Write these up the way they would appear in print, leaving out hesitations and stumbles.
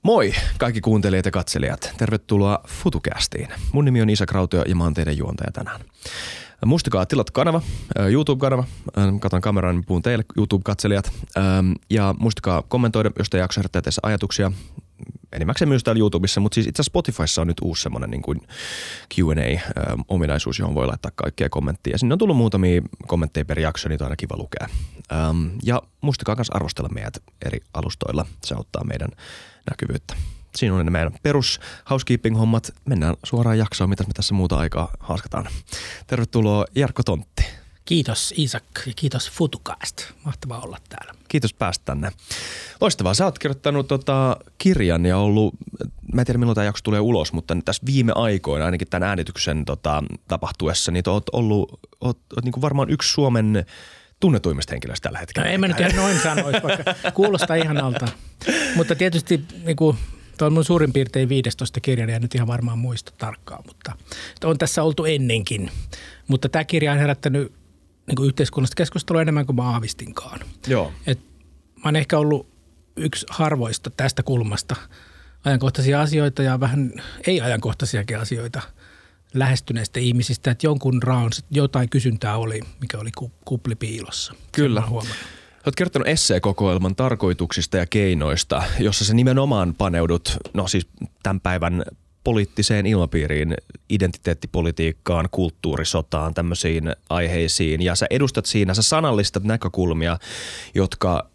Moi kaikki kuuntelijat ja katselijat. Tervetuloa FutuCastiin. Mun nimi on Isak Rautio ja mä oon teidän juontaja tänään. Muistakaa tilata kanava, YouTube-kanava. Katon kameraan, niin puhun teille YouTube-katselijat. Ja muistakaa kommentoida, jos te jakso herättää teissä ajatuksia. Enimmäkseen myös täällä YouTubessa, mutta siis itse asiassa Spotifyssa on nyt uusi semmoinen niin kuin Q&A-ominaisuus, johon voi laittaa kaikkia kommentteja. Sinne on tullut muutamia kommentteja per jakso, niitä on aina kiva lukea. Ja muistakaa myös arvostella meidät eri alustoilla. Se auttaa meidän näkyvyyttä. Siinä on ne meidän perus housekeeping-hommat. Mennään suoraan jaksoon, mitä me tässä muuta aikaa haaskataan. Tervetuloa Jarkko Tontti. Kiitos Isak ja kiitos FutuCast. Mahtavaa olla täällä. Kiitos päästä tänne. Loistavaa. Sä oot kirjoittanut kirjan ja ollut, mä en tiedä milloin tämä jakso tulee ulos, mutta tässä viime aikoina, ainakin tämän äänityksen tapahtuessa, niin oot niin kuin varmaan yksi Suomen tunnetuimmista henkilöistä tällä hetkellä. No ei mä nyt ihan noin sanoisi, vaikka kuulostaa ihanalta. Mutta tietysti niin kuin, tuo on mun suurin piirtein 15 kirja, ja nyt ihan varmaan muista tarkkaan, mutta on tässä oltu ennenkin. Mutta tämä kirja on herättänyt niin kuin yhteiskunnallista keskustelua enemmän kuin mä aavistinkaan. Joo. Mä oon ehkä ollut yksi harvoista tästä kulmasta ajankohtaisia asioita ja vähän ei-ajankohtaisiakin asioita lähestyneistä ihmisistä, että jonkun rounds, jotain kysyntää oli, mikä oli kupli piilossa. Kyllä. Olet kertonut esseekokoelman tarkoituksista ja keinoista, jossa sä nimenomaan paneudut, no siis tämän päivän poliittiseen ilmapiiriin, identiteettipolitiikkaan, kulttuurisotaan, tämmöisiin aiheisiin. Ja sä edustat siinä, sä sanallistat näkökulmia, jotka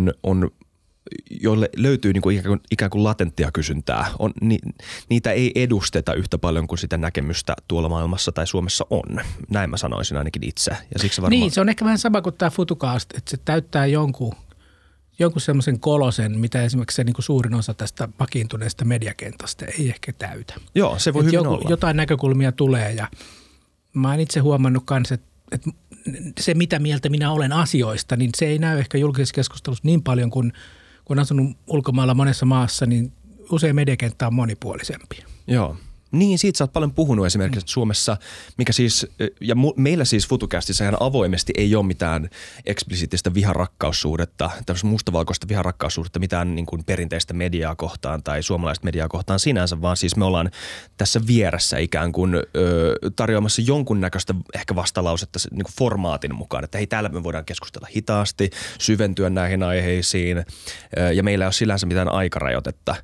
joille löytyy niin kuin ikään kuin latenttia kysyntää. Niitä ei edusteta yhtä paljon kuin sitä näkemystä tuolla maailmassa tai Suomessa on. Näin mä sanoisin ainakin itse. Ja siksi varmaan... Niin, se on ehkä vähän sama kuin tämä FutuCast, että se täyttää jonkun semmoisen kolosen, mitä esimerkiksi se niin kuin suurin osa tästä vakiintuneesta mediakentästä ei ehkä täytä. Joo, se voi hyvin olla. Jotain näkökulmia tulee ja mä oon itse huomannut kanssa, että se mitä mieltä minä olen asioista, niin se ei näy ehkä julkisessa keskustelussa niin paljon kuin kun on asunut ulkomailla monessa maassa, niin usein mediakenttä on monipuolisempi. Joo. Niin, siitä sä oot paljon puhunut esimerkiksi Suomessa, mikä siis, ja meillä siis FutuCastissa ihan avoimesti ei ole mitään eksplisiittistä viharakkaussuhdetta, tämmöistä mustavalkoista viharakkaussuhdetta, mitään niin kuin perinteistä mediaa kohtaan tai suomalaista mediaa kohtaan sinänsä, vaan siis me ollaan tässä vieressä ikään kuin tarjoamassa jonkunnäköistä ehkä vastalausetta niin kuin formaatin mukaan, että hei, täällä me voidaan keskustella hitaasti, syventyä näihin aiheisiin ja meillä ei ole sillänsä mitään aikarajoitetta,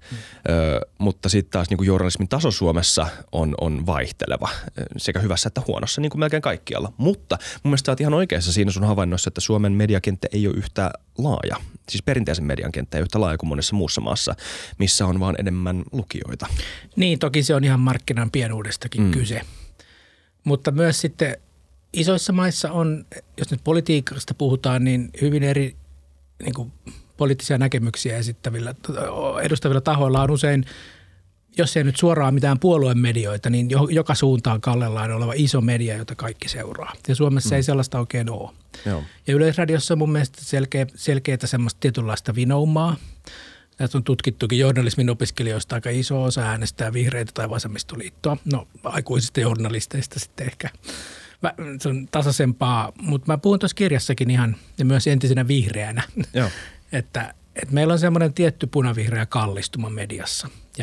mutta sitten taas niin kuin journalismin taso Suomessa on vaihteleva sekä hyvässä että huonossa, niin kuin melkein kaikkialla. Mutta mun mielestä sä oot ihan oikeassa siinä sun havainnoissa, että Suomen mediakenttä ei ole yhtä laaja. Siis perinteisen median kenttä ei ole yhtä laaja kuin monessa muussa maassa, missä on vaan enemmän lukijoita. Niin, toki se on ihan markkinan pienuudestakin kyse. Mutta myös sitten isoissa maissa on, jos nyt politiikasta puhutaan, niin hyvin eri niin kuin poliittisia näkemyksiä edustavilla tahoilla on usein, jos ei nyt suoraan mitään puoluemedioita, niin joka suuntaan kallellaan oleva iso media, jota kaikki seuraa. Ja Suomessa ei sellaista oikein ole. Joo. Ja Yleisradiossa on mun mielestä selkeätä semmoista tietynlaista vinoumaa. Tästä on tutkittukin journalismin opiskelijoista aika iso osa äänestää vihreitä tai vasemmistoliittoa. No aikuisista journalisteista sitten ehkä se on tasaisempaa, mutta mä puhun tuossa kirjassakin ihan ja myös entisenä vihreänä, että meillä on semmoinen tietty punavihreä kallistuma mediassa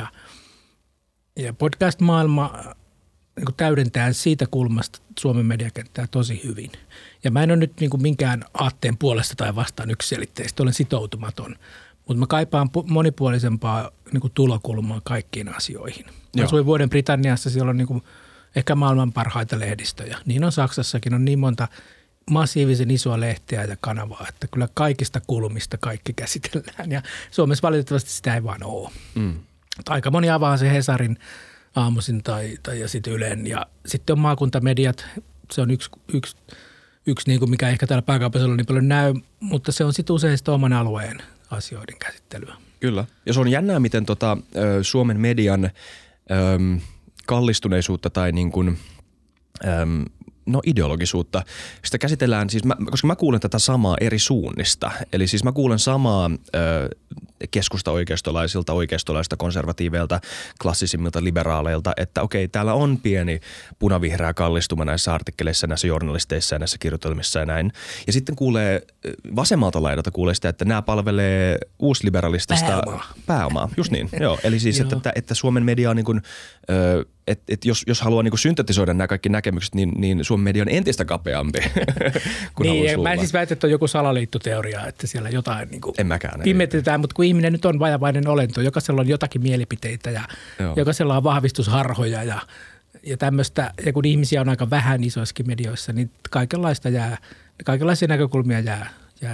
ja podcast-maailma niin täydentää siitä kulmasta Suomen mediakenttää tosi hyvin. Ja mä en ole nyt niin kuin minkään aatteen puolesta tai vastaan yksiselitteisesti, olen sitoutumaton. Mutta mä kaipaan monipuolisempaa niin kuin tulokulmaa kaikkiin asioihin. Mä asuin vuoden Britanniassa, siellä on niin kuin ehkä maailman parhaita lehdistöjä. Niin on Saksassakin, on niin monta massiivisen isoa lehteä ja kanavaa, että kyllä kaikista kulmista kaikki käsitellään. Ja Suomessa valitettavasti sitä ei vaan ole. Aika moni avaa se Hesarin aamuisin tai ja sitten Ylen. Ja sitten on maakuntamediat, se on yksi niin kuin mikä ehkä täällä pääkaupunkiseudulla niin paljon näy, mutta se on sitten usein sitä oman alueen asioiden käsittelyä. Kyllä. Ja se on jännää, miten Suomen median kallistuneisuutta tai niin kuin, ideologisuutta. Sitä käsitellään siis, koska mä kuulen tätä samaa eri suunnista. Eli siis mä kuulen samaa keskusta-oikeistolaisilta, oikeistolaisilta, konservatiiveilta, klassisimmilta liberaaleilta, että okei, täällä on pieni punavihreä kallistuma näissä artikkeleissa, näissä journalisteissa ja näissä kirjoitelmissa ja näin. Ja sitten kuulee vasemmalta laidalta sitä, että nämä palvelee uusliberalistista pääomaa. Just niin, joo. Eli siis, että Suomen media on niin kuin, että jos haluaa niin kuin syntetisoida nämä kaikki näkemykset, niin Suomen media on entistä kapeampi kuin niin, mä en siis väitä, että on joku salaliittoteoria, että siellä jotain niin kuin pimetetään, mutta kun ihminen nyt on vajavainen olento, jokaisella on jotakin mielipiteitä ja jokaisella on vahvistusharhoja ja tämmöistä, ja kun ihmisiä on aika vähän isoissakin medioissa, niin kaikenlaisia näkökulmia jää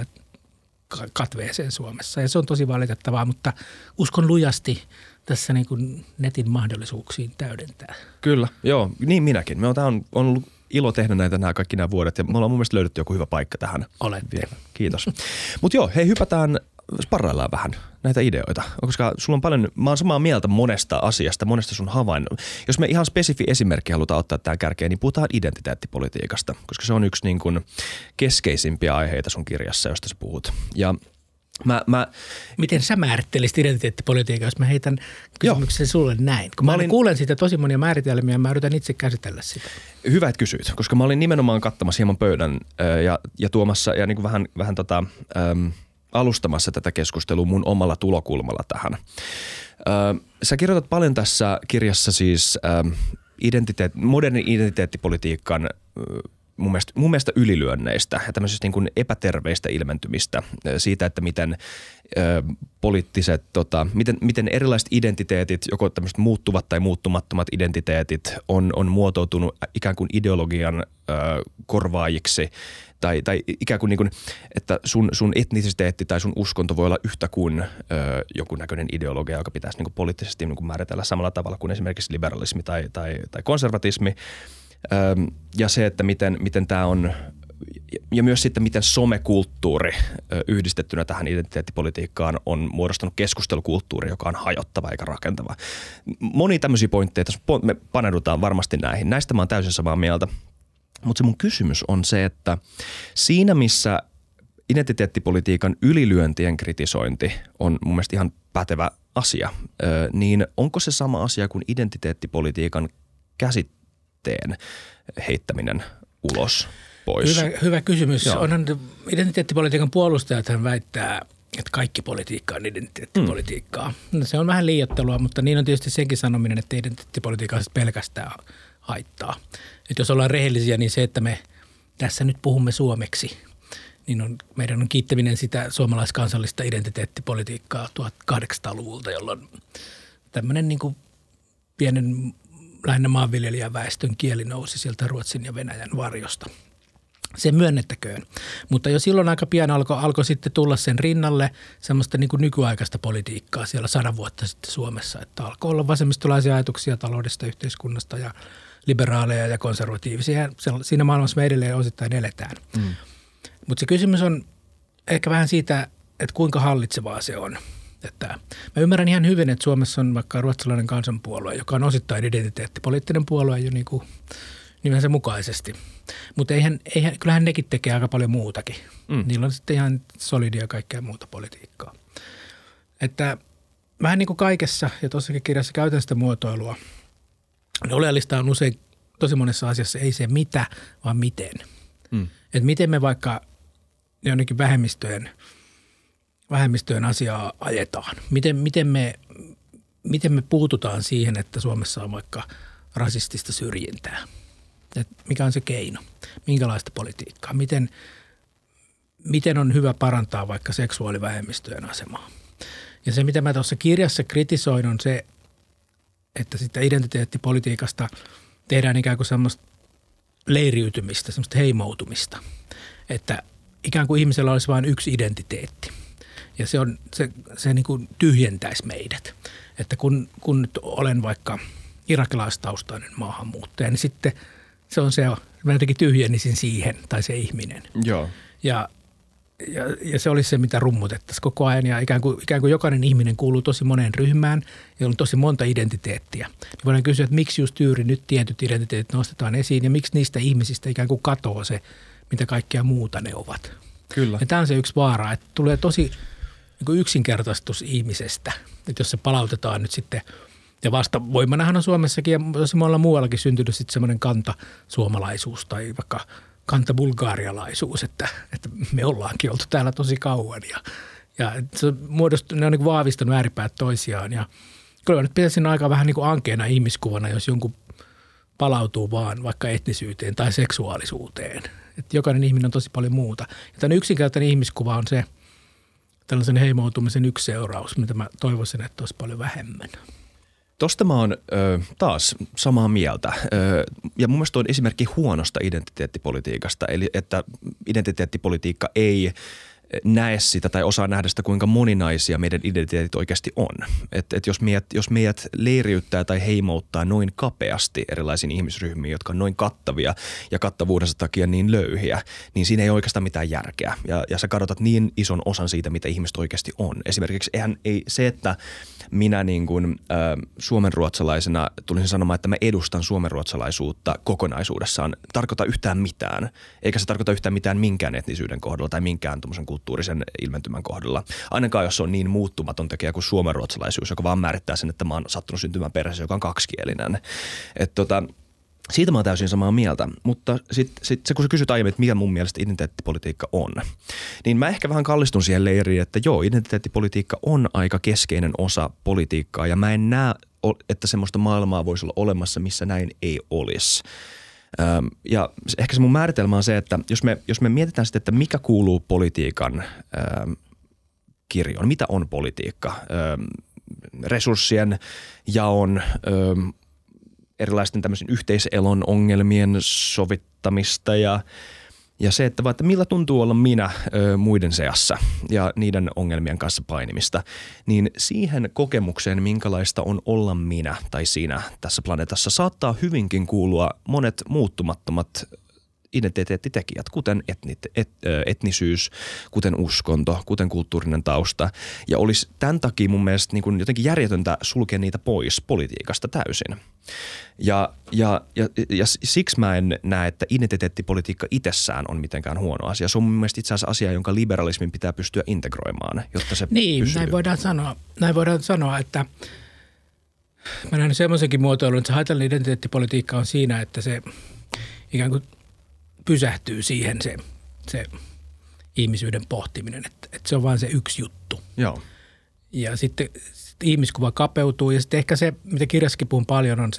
katveeseen Suomessa ja se on tosi valitettavaa, mutta uskon lujasti tässä niin kuin netin mahdollisuuksiin täydentää. Kyllä, joo, niin minäkin. Tämä on ollut ilo tehdä nämä kaikki nämä vuodet ja me ollaan mun mielestä löydetty joku hyvä paikka tähän. Olette. Vielä. Kiitos. Mutta joo, hei sparraillaan vähän näitä ideoita, koska sulla on paljon, mä oon samaa mieltä monesta asiasta, monesta sun havainnosta. Jos me ihan spesifi esimerkki halutaan ottaa tämän kärkeen, niin puhutaan identiteettipolitiikasta, koska se on yksi niin kuin keskeisimpiä aiheita sun kirjassa, josta sä puhut. Ja miten sä määrittelisit identiteettipolitiikkaa, jos mä heitän kysymyksen sulle näin? Kun mä kuulen siitä tosi monia määritelmiä, mä yritän itse käsitellä sitä. Hyvä, että kysyit, koska mä olin nimenomaan kattamassa hieman pöydän ja tuomassa ja niin kuin vähän alustamassa tätä keskustelua mun omalla tulokulmalla tähän. Sä kirjoitat paljon tässä kirjassa siis modernin identiteettipolitiikan mun mielestä ylilyönneistä ja tämmöisistä niin kuin epäterveistä ilmentymistä siitä, että miten poliittiset, miten erilaiset identiteetit, joko tämmöiset muuttuvat tai muuttumattomat identiteetit on muotoutunut ikään kuin ideologian korvaajiksi tai ikään kuin, että sun etnisiteetti tai sun uskonto voi olla yhtä kuin joku näköinen ideologia, joka pitäisi niin kuin poliittisesti niin kuin määritellä samalla tavalla kuin esimerkiksi liberalismi tai konservatismi. Ja se, että miten tämä on, ja myös sitten miten somekulttuuri yhdistettynä tähän identiteettipolitiikkaan on muodostanut keskustelukulttuuri, joka on hajottava eikä rakentava. Moni tämmöisiä pointteja, me paneudutaan varmasti näihin. Näistä mä oon täysin samaa mieltä. Mutta se mun kysymys on se, että siinä missä identiteettipolitiikan ylilyöntien kritisointi on mun mielestä ihan pätevä asia, niin onko se sama asia kuin identiteettipolitiikan käsitteen heittäminen ulos pois? Hyvä kysymys. Onhan identiteettipolitiikan puolustajathan väittää, että kaikki politiikka on identiteettipolitiikkaa. No, se on vähän liioittelua, mutta niin on tietysti senkin sanominen, että identiteettipolitiikka on pelkästään haittaa. Että jos ollaan rehellisiä, niin se, että me tässä nyt puhumme suomeksi, niin meidän on kiittäminen sitä suomalaiskansallista identiteettipolitiikkaa 1800-luvulta, jolloin tämmöinen niin kuin pienen lähinnä maanviljelijäväestön kieli nousi sieltä Ruotsin ja Venäjän varjosta. Se myönnettäköön. Mutta jo silloin aika pian alkoi sitten tulla sen rinnalle semmoista niin kuin nykyaikaista politiikkaa siellä 100 vuotta sitten Suomessa, että alkoi olla vasemmistolaisia ajatuksia taloudesta, yhteiskunnasta ja liberaaleja ja konservatiivisia. Siinä maailmassa me edelleen osittain eletään. Mutta se kysymys on ehkä vähän siitä, että kuinka hallitsevaa se on. Että mä ymmärrän ihan hyvin, että Suomessa on vaikka ruotsalainen kansanpuolue, joka on osittain identiteettipoliittinen puolue jo niin kuin nimensä mukaisesti. Mutta kyllähän nekin tekee aika paljon muutakin. Niillä on sitten ihan solidia ja kaikkea muuta politiikkaa. Että vähän niin kuin kaikessa ja tuossakin kirjassa käytän sitä muotoilua. Oleellista on usein tosi monessa asiassa ei se mitä, vaan miten. Että miten me vaikka jonnekin vähemmistöjen asiaa ajetaan. Miten me puututaan siihen, että Suomessa on vaikka rasistista syrjintää. Et mikä on se keino? Minkälaista politiikkaa? Miten on hyvä parantaa vaikka seksuaalivähemmistöjen asemaa? Ja se, mitä mä tuossa kirjassa kritisoin, on se, että sitä identiteettipolitiikasta tehdään ikään kuin semmoista leiriytymistä, semmoista heimoutumista. Että ikään kuin ihmisellä olisi vain yksi identiteetti. Ja se niin kuin tyhjentäisi meidät. Että kun nyt olen vaikka irakilaistaustainen maahanmuuttaja, niin sitten mä jotenkin tyhjennisin siihen, tai se ihminen. Joo. Ja Ja se olisi se, mitä rummutettaisiin koko ajan ja ikään kuin jokainen ihminen kuuluu tosi moneen ryhmään ja on tosi monta identiteettiä. Niin voidaan kysyä, että miksi just juuri nyt tietyt identiteetit nostetaan esiin ja miksi niistä ihmisistä ikään kuin katoaa se, mitä kaikkea muuta ne ovat. Kyllä. Ja tämä on se yksi vaara, että tulee tosi niin kuin yksinkertaistus ihmisestä, että jos se palautetaan nyt sitten, ja vastavoimanahan on Suomessakin ja tosi monella muuallakin syntynyt sitten semmoinen kantasuomalaisuus tai vaikka kantabulgaarialaisuus, että me ollaankin oltu täällä tosi kauan ja se ne on niin kuin vahvistanut ääripäät toisiaan ja kyllä nyt pitäisi aika vähän niin kuin ankeena ihmiskuvana, jos jonkun palautuu vaan vaikka etnisyyteen tai seksuaalisuuteen. Että jokainen ihminen on tosi paljon muuta. Ja tämän yksinkertainen ihmiskuva on se tällaisen heimoutumisen yksi seuraus, mitä mä toivoisin, että olisi paljon vähemmän. Tosta mä oon taas samaa mieltä ja mun mielestä on esimerkki huonosta identiteettipolitiikasta, eli että identiteettipolitiikka ei näe sitä tai osaa nähdä sitä, kuinka moninaisia meidän identiteetit oikeasti on. Et jos meidät leiriyttää tai heimouttaa noin kapeasti erilaisiin ihmisryhmiin, jotka on noin kattavia ja kattavuudensa takia niin löyhiä, niin siinä ei oikeastaan mitään järkeä. Ja sä kadotat niin ison osan siitä, mitä ihmiset oikeasti on. Esimerkiksi ei se, että minä niin kuin suomenruotsalaisena tulisin sanomaan, että mä edustan suomenruotsalaisuutta kokonaisuudessaan, tarkoita yhtään mitään. Eikä se tarkoita yhtään mitään minkään etnisyyden kohdalla tai minkään tuommoisen kulttuurisen ilmentymän kohdalla. Ainakaan jos se on niin muuttumaton tekijä kuin suomenruotsalaisuus, joka vaan määrittää sen, että mä oon sattunut syntymään perheessä, joka on kaksikielinen. Siitä mä oon täysin samaa mieltä, mutta sit kun sä kysyt aiemmin, että mikä mun mielestä identiteettipolitiikka on, niin mä ehkä vähän kallistun siihen leiriin, että joo, identiteettipolitiikka on aika keskeinen osa politiikkaa ja mä en näe, että semmoista maailmaa voisi olla olemassa, missä näin ei olisi. Ja ehkä se mun määritelmä on se, että jos me mietitään sitten, että mikä kuuluu politiikan kirjoon, mitä on politiikka, resurssien jaon, erilaisten tämmöisen yhteiselon ongelmien sovittamista ja se, että millä tuntuu olla minä muiden seassa ja niiden ongelmien kanssa painimista, niin siihen kokemukseen, minkälaista on olla minä tai sinä tässä planeetassa, saattaa hyvinkin kuulua monet muuttumattomat identiteettitekijät, kuten etnisyys, kuten uskonto, kuten kulttuurinen tausta. Ja olisi tämän takia mun mielestä niin kuin jotenkin järjetöntä sulkea niitä pois politiikasta täysin. Ja siksi mä en näe, että identiteettipolitiikka itsessään on mitenkään huono asia. Se on mun mielestä itse asiassa asia, jonka liberalismin pitää pystyä integroimaan, jotta se pysyy. Näin voidaan sanoa, että mä näen semmoisenkin muotoilun, että se haitallinen identiteettipolitiikka on siinä, että se ikään kuin pysähtyy siihen se ihmisyyden pohtiminen, että se on vain se yksi juttu. Joo. Ja sitten ihmiskuva kapeutuu ja sitten ehkä se, mitä kirjassakin puhun paljon, on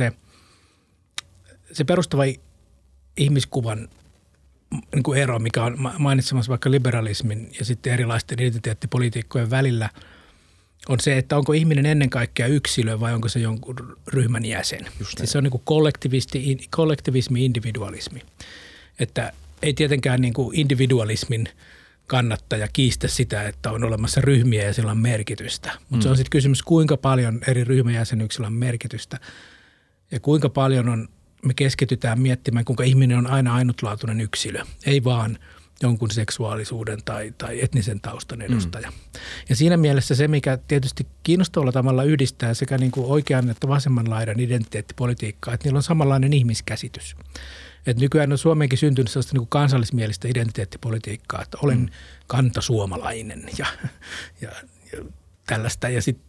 se perustava ihmiskuvan niin kuin ero, mikä on mainitsemassa vaikka liberalismin ja sitten erilaisten identiteettipolitiikkojen välillä, on se, että onko ihminen ennen kaikkea yksilö vai onko se jonkun ryhmän jäsen. Siis se on niin kuin kollektivismi, individualismi. Että ei tietenkään niin kuin individualismin kannattaja kiistä sitä, että on olemassa ryhmiä ja sillä on merkitystä. Mutta se on sitten kysymys, kuinka paljon eri ryhmäjäsenyyksillä on merkitystä ja kuinka paljon me keskitytään miettimään, kuinka ihminen on aina ainutlaatuinen yksilö, ei vaan jonkun seksuaalisuuden tai etnisen taustan edustaja. Ja siinä mielessä se, mikä tietysti kiinnostavalla tavalla yhdistää sekä niin kuin oikean että vasemman laidan identiteettipolitiikkaa, että niillä on samanlainen ihmiskäsitys. Että nykyään on Suomeenkin syntynyt sellaista niin kuin kansallismielistä identiteettipolitiikkaa, että olen kantasuomalainen ja tällaista. Ja sitten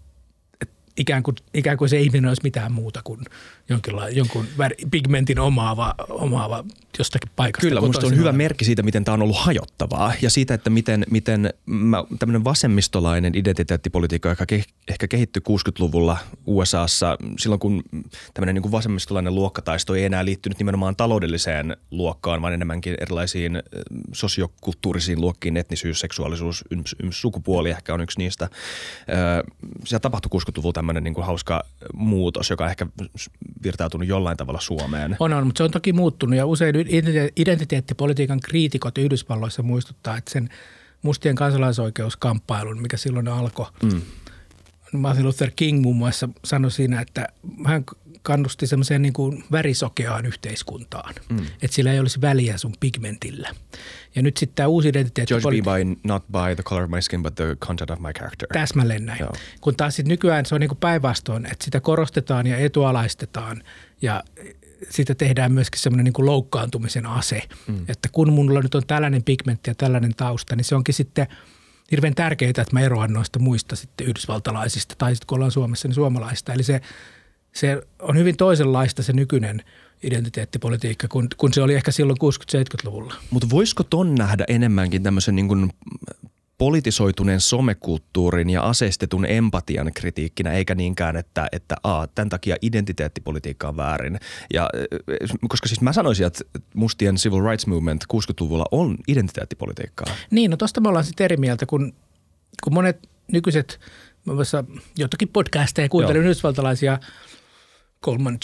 ikään kuin se ihminen olisi mitään muuta kuin jonkun pigmentin omaava jostakin paikasta. Kyllä, minusta on hyvä merkki siitä, miten tämä on ollut hajottavaa ja siitä, että miten tämmöinen vasemmistolainen identiteettipolitiikka, joka ehkä kehittyi 60-luvulla USAssa, silloin kun tämmöinen niin kuin vasemmistolainen luokkataisto ei enää liittynyt nimenomaan taloudelliseen luokkaan, vaan enemmänkin erilaisiin sosiokulttuurisiin luokkiin, etnisyys, seksuaalisuus, sukupuoli ehkä on yksi niistä. Siellä tapahtui 60-luvulla tämmöinen niin kuin hauska muutos, joka ehkä virtautunut jollain tavalla Suomeen. On, mutta se on toki muuttunut ja usein identiteettipolitiikan kriitikot Yhdysvalloissa muistuttaa, että sen mustien kansalaisoikeuskamppailun, mikä silloin alkoi. Martin Luther King muun muassa sanoi siinä, että hän kannusti semmoiseen niin kuin värisokeaan yhteiskuntaan. Että sillä ei olisi väliä sun pigmentillä. Ja nyt sitten tämä uusi identiteetti. Judge me by not by the color of my skin, but the content of my character. Täsmälleen näin. Joo. Kun taas sitten nykyään se on niin kuin päinvastoin, että sitä korostetaan ja etualaistetaan ja siitä tehdään myöskin semmoinen niin kuin loukkaantumisen ase. Että kun mulla nyt on tällainen pigmentti ja tällainen tausta, niin se onkin sitten hirveän tärkeää, että mä eroan noista muista sitten yhdysvaltalaisista tai sitten kun ollaan Suomessa, niin suomalaisista. Eli se on hyvin toisenlaista se nykyinen identiteettipolitiikka, kun se oli ehkä silloin 60-70-luvulla. Mutta voisiko ton nähdä enemmänkin tämmöisen niin kuin politisoituneen somekulttuurin ja aseistetun empatian kritiikkinä, eikä niinkään, että tämän takia identiteettipolitiikka on väärin. Ja, koska siis mä sanoisin, että mustien civil rights movement 60-luvulla on identiteettipolitiikkaa. Niin, no tosta me ollaan sitten eri mieltä, kun monet nykyiset, jotakin podcasteja kuuntelin yhdysvaltalaisia, Coleman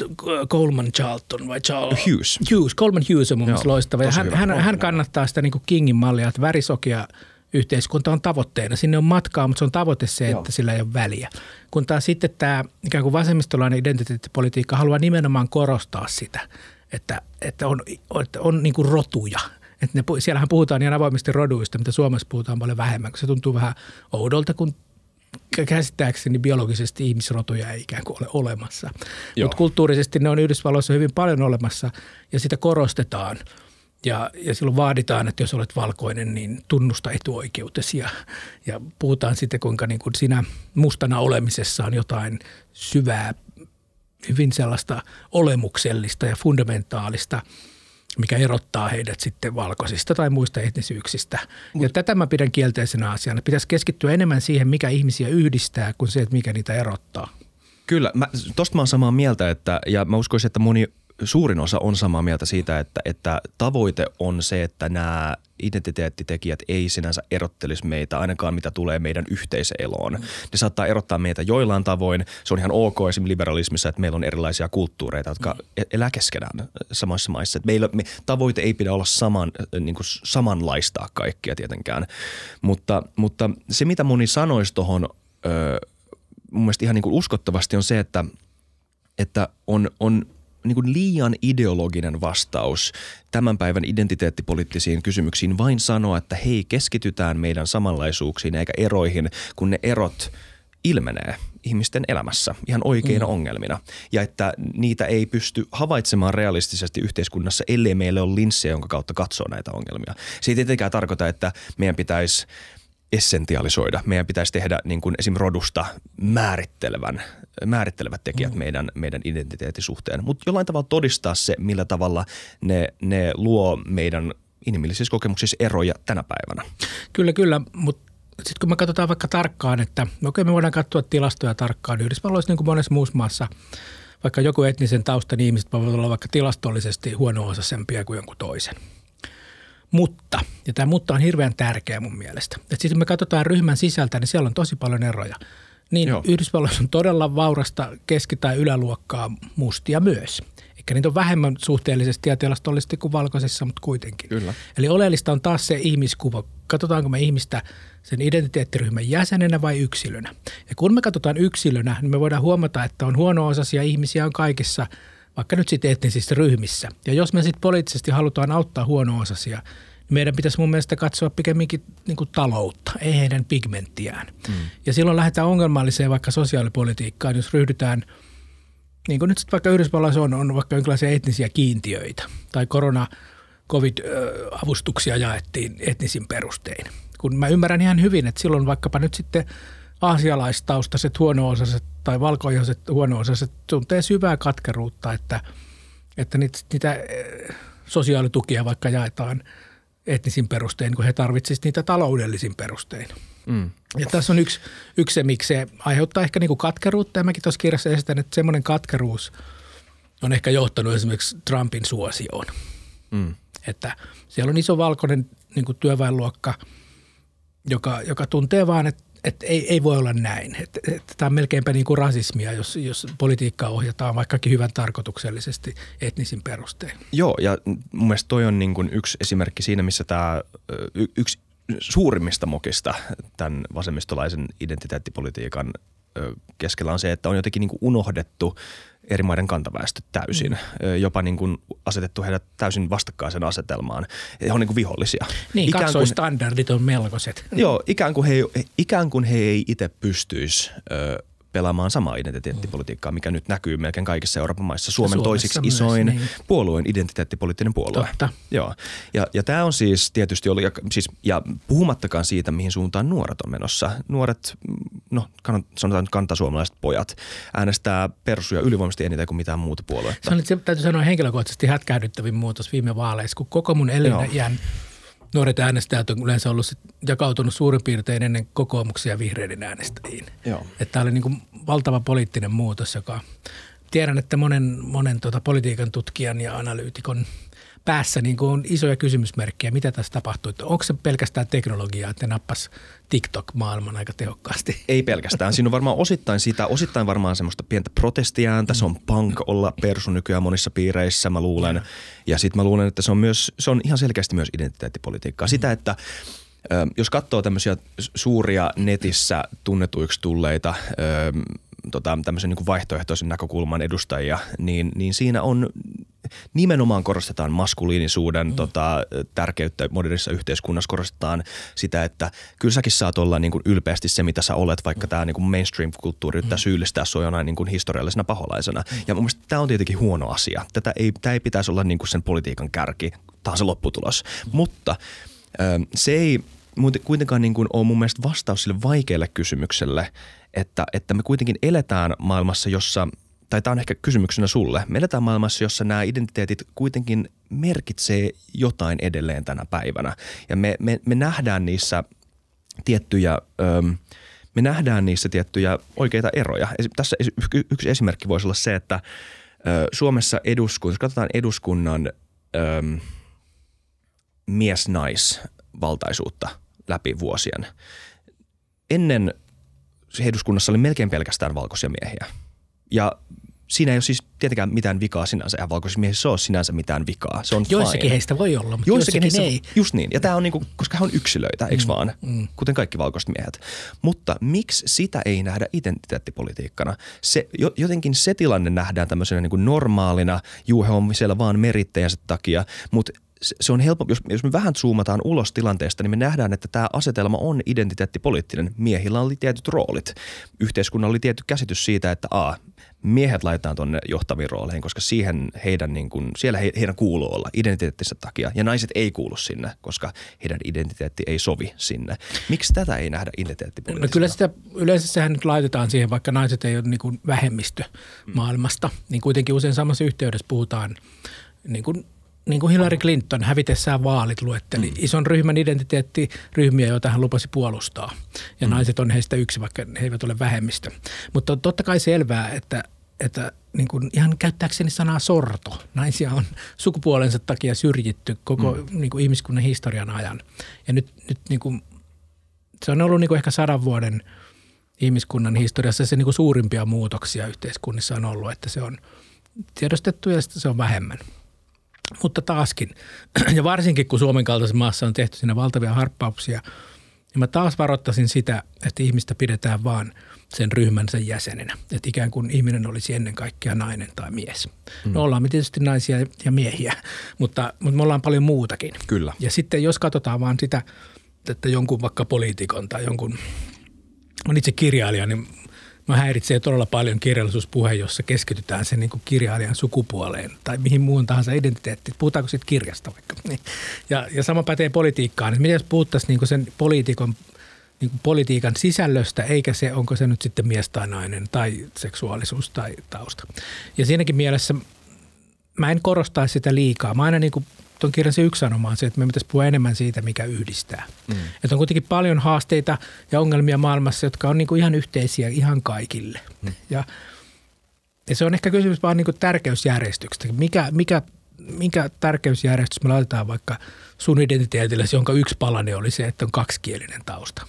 Charlton vai Coleman Hughes on mun mielestä loistava. Ja hän kannattaa sitä niin kuin Kingin mallia, että värisokea yhteiskunta on tavoitteena. Sinne on matkaa, mutta se on tavoite se, että sillä ei ole väliä. Kun taas sitten tämä ikään kuin vasemmistolainen identiteettipolitiikka haluaa nimenomaan korostaa sitä, että on niin kuin rotuja. Että siellähän puhutaan ihan avoimesti roduista, mitä Suomessa puhutaan paljon vähemmän, kun se tuntuu vähän oudolta, kun käsittääkseni biologisesti ihmisrotuja ei ikään kuin ole olemassa. Mutta kulttuurisesti ne on Yhdysvalloissa hyvin paljon olemassa ja sitä korostetaan. Ja silloin vaaditaan, että jos olet valkoinen, niin tunnusta etuoikeutesi ja puhutaan sitten, kuinka niin kuin siinä mustana olemisessa on jotain syvää, hyvin sellaista olemuksellista ja fundamentaalista, mikä erottaa heidät sitten valkoisista tai muista etnisyyksistä. Ja tätä mä pidän kielteisenä asiana. Pitäisi keskittyä enemmän siihen, mikä ihmisiä yhdistää, kuin se, että mikä niitä erottaa. Kyllä, tosta mä oon samaa mieltä, ja mä uskoisin, että suurin osa on samaa mieltä siitä, että tavoite on se, että nämä identiteettitekijät ei sinänsä erottelisi meitä, ainakaan mitä tulee meidän yhteiseloon. Ne saattaa erottaa meitä joillain tavoin. Se on ihan ok esimerkiksi liberalismissa, että meillä on erilaisia kulttuureita, jotka elää keskenään samassa maissa. Tavoite ei pidä olla samanlaistaa kaikkia tietenkään, mutta se mitä moni sanoisi tuohon mun mielestä ihan niin kuin uskottavasti on se, että on niin kuin liian ideologinen vastaus tämän päivän identiteettipoliittisiin kysymyksiin vain sanoa, että hei, keskitytään meidän samanlaisuuksiin eikä eroihin, kun ne erot ilmenee ihmisten elämässä ihan oikeina ongelmina. Ja että niitä ei pysty havaitsemaan realistisesti yhteiskunnassa, ellei meillä ole linssejä, jonka kautta katsoo näitä ongelmia. Se ei tietenkään tarkoita, että meidän pitäisi essentialisoida. Meidän pitäisi tehdä niin kuin esim. Rodusta määrittelevät tekijät meidän identiteetin suhteen, mutta jollain tavalla todistaa se, millä tavalla ne luo meidän inhimillisissä kokemuksissa eroja tänä päivänä. Kyllä, mutta sitten kun me katsotaan vaikka tarkkaan, että me voidaan katsoa tilastoja tarkkaan Yhdysvalloissa niin kuin monessa muussa maassa, vaikka joku etnisen taustan ihmiset voivat olla vaikka tilastollisesti huono-osaisempia kuin jonkun toisen. Mutta, ja tämä mutta on hirveän tärkeä mun mielestä. Että sitten me katsotaan ryhmän sisältä, niin siellä on tosi paljon eroja. Niin Yhdysvalloissa on todella vaurasta keski- tai yläluokkaa mustia myös. Eikä niitä on vähemmän suhteellisesti ja tilastollisesti kuin valkoisissa, mutta kuitenkin. Kyllä. Eli oleellista on taas se ihmiskuva. Katsotaanko me ihmistä sen identiteettiryhmän jäsenenä vai yksilönä. Ja kun me katsotaan yksilönä, niin me voidaan huomata, että on huono-osaisia ihmisiä on kaikissa, vaikka nyt sitten etnisissä ryhmissä. Ja jos me sitten poliittisesti halutaan auttaa huono-osaisia, niin meidän pitäisi mun mielestä katsoa pikemminkin niin kuin taloutta, ei heidän pigmenttiään. Ja silloin lähdetään ongelmalliseen vaikka sosiaalipolitiikkaan, jos ryhdytään, niin kuin nyt sitten vaikka Yhdysvalloissa on vaikka jonkinlaisia etnisiä kiintiöitä tai covid-avustuksia jaettiin etnisin perustein. Kun mä ymmärrän ihan hyvin, että silloin vaikkapa nyt sitten aasialaistaustaiset huono-osaiset tai valkoiset huono-osaiset tuntee syvää katkeruutta, että niitä sosiaalitukia vaikka jaetaan etnisin perustein, kun he tarvitsisivat niitä taloudellisin perustein. Ja tässä on yksi se, miksi se aiheuttaa ehkä niin kuin katkeruutta. Ja mäkin tuossa kirjassa esitän, että semmoinen katkeruus on ehkä johtanut esimerkiksi Trumpin suosioon. Että siellä on iso valkoinen niin kuin työväenluokka, joka tuntee vaan, että ei voi olla näin. Että tämä on melkeinpä niin kuin rasismia, jos politiikkaa ohjataan vaikkakin hyvän tarkoituksellisesti etnisin perustein. Joo, ja mun mielestä toi on niin kuin yksi esimerkki siinä, missä tämä yksi suurimmista mokista tämän vasemmistolaisen identiteettipolitiikan keskellä on se, että on jotenkin niin kuin unohdettu eri maiden kantaväestö täysin, jopa niin kuin asetettu heidät täysin vastakkaisen asetelmaan. He on niin kuin vihollisia. Niin, kaksoistandardit on melkoiset. Joo, ikään kuin he ei itse pystyisi pelaamaan samaa identiteettipolitiikkaa, mikä nyt näkyy melkein kaikissa Euroopan maissa. Suomen toisiksi isoin niin puolueen identiteettipoliittinen puolue. Totta. Joo. Ja tämä on siis tietysti ollut, ja puhumattakaan siitä, mihin suuntaan nuoret on menossa. Nuoret, sanotaan nyt kantasuomalaiset pojat, äänestää persuja ylivoimaisesti eniten kuin mitään muuta puoluetta. Se täytyy sanoa henkilökohtaisesti hätkähdyttävin muutos viime vaaleissa, kun koko mun eliniän nuoret äänestäjät on yleensä ollut jakautunut suurin piirtein ennen kokoomuksia ja vihreiden äänestäjiin. Että tämä oli niin kuin valtava poliittinen muutos, joka tiedän, että monen politiikan tutkijan ja analyytikon päässä niin kuin on isoja kysymysmerkkejä, mitä tässä tapahtui. Onko se pelkästään teknologiaa, että ne nappas TikTok-maailman aika tehokkaasti? Ei pelkästään. Siinä on varmaan osittain varmaan semmoista pientä protestiääntä. Se on punk olla persu nykyään monissa piireissä, mä luulen. Ja sitten mä luulen, että se on ihan selkeästi myös identiteettipolitiikkaa. Sitä, että jos katsoo tämmöisiä suuria netissä tunnetuiksi tulleita tämmöisen niin kuin vaihtoehtoisen näkökulman edustajia, niin siinä on nimenomaan korostetaan maskuliinisuuden tärkeyttä modernissa yhteiskunnassa, korostetaan sitä, että kyllä säkin saat olla niin kuin ylpeästi se, mitä sä olet, vaikka tämä niin kuin mainstream-kulttuuri yrittää syyllistää sua jonain niin kuin historiallisena paholaisena. Ja mun mielestä tämä on tietenkin huono asia. Tämä ei pitäisi olla niin kuin sen politiikan kärki, tämä on se lopputulos. Mutta se ei kuitenkaan niin kuin ole mun mielestä vastaus sille vaikealle kysymykselle, että me kuitenkin eletään maailmassa, jossa, tai tämä on ehkä kysymyksenä sulle, me eletään maailmassa, jossa nämä identiteetit kuitenkin merkitsee jotain edelleen tänä päivänä. Ja me nähdään niissä tiettyjä oikeita eroja. Tässä yksi esimerkki voisi olla se, että Suomessa jos katsotaan eduskunnan mies-nais-valtaisuutta läpi vuosien. Ennen eduskunnassa oli melkein pelkästään valkoisia miehiä. Ja siinä ei ole siis tietenkään mitään vikaa sinänsä. Ja valkoisissa miehissä ole sinänsä mitään vikaa. Se on joissakin fine. Heistä voi olla, mutta joissakin ei. Just niin. Ja tämä on niinku, koska he on yksilöitä, eikö vaan? Kuten kaikki valkoiset miehet. Mutta miksi sitä ei nähdä identiteettipolitiikkana? Jotenkin se tilanne nähdään tämmöisenä niinku normaalina. Juu, he on siellä vaan merittäjänsä takia, mutta se on helppo, jos me vähän zoomataan ulos tilanteesta, niin me nähdään, että tämä asetelma on identiteettipoliittinen. Miehillä oli tietyt roolit. Yhteiskunnalla oli tietty käsitys siitä, että miehet laitetaan tuonne johtaviin rooleihin, koska siellä heidän kuuluu olla identiteettinsä takia. Ja naiset ei kuulu sinne, koska heidän identiteetti ei sovi sinne. Miksi tätä ei nähdä identiteettipolitiikkaa? No kyllä sitä yleensä sehän nyt laitetaan siihen, vaikka naiset ei ole niin kuin vähemmistö maailmasta, niin kuitenkin usein samassa yhteydessä puhutaan niin kuin Hillary Clinton hävitessään vaalit luetteli ison ryhmän identiteettiryhmiä, joita hän lupasi puolustaa. Ja naiset on heistä yksi, vaikka he eivät ole vähemmistö. Mutta on totta kai selvää, että niin kuin ihan käyttääkseni sanaa sorto. Naisia on sukupuolensa takia syrjitty koko niin kuin ihmiskunnan historian ajan. Ja nyt niin kuin, se on ollut niin kuin ehkä 100 vuoden ihmiskunnan historiassa se niin kuin suurimpia muutoksia yhteiskunnissa on ollut, että se on tiedostettu ja se on vähemmän. Mutta taaskin, ja varsinkin kun Suomen kaltaisessa maassa on tehty siinä valtavia harppauksia, niin mä taas varoittaisin sitä, että ihmistä pidetään vaan sen ryhmänsä jäsenenä. Että ikään kuin ihminen olisi ennen kaikkea nainen tai mies. No ollaan me tietysti naisia ja miehiä, mutta me ollaan paljon muutakin. Kyllä. Ja sitten jos katsotaan vaan sitä, että jonkun vaikka poliitikon tai jonkun, on itse kirjailija, niin mä häiritsee todella paljon kirjallisuuspuhe, jossa keskitytään sen niin kuin kirjailijan sukupuoleen tai mihin muun tahansa identiteettiin. Puhutaanko siitä kirjasta vaikka? Niin. Ja sama pätee politiikkaan. Että miten jos puhuttaisiin niin kuin sen politiikan sisällöstä, eikä se, onko se nyt sitten mies tai nainen tai seksuaalisuus tai tausta. Ja siinäkin mielessä mä en korostaisi sitä liikaa. Mä aina niin kuin tuon kirjan se yksi sanoma on se, että me pitäisi puhua enemmän siitä, mikä yhdistää. Että on kuitenkin paljon haasteita ja ongelmia maailmassa, jotka on niin kuin ihan yhteisiä ihan kaikille. Ja se on ehkä kysymys vaan niin kuin tärkeysjärjestyksestä. Mikä tärkeysjärjestys me laitetaan vaikka sun identiteetille, jonka yksi palanen oli se, että on kaksikielinen tausta.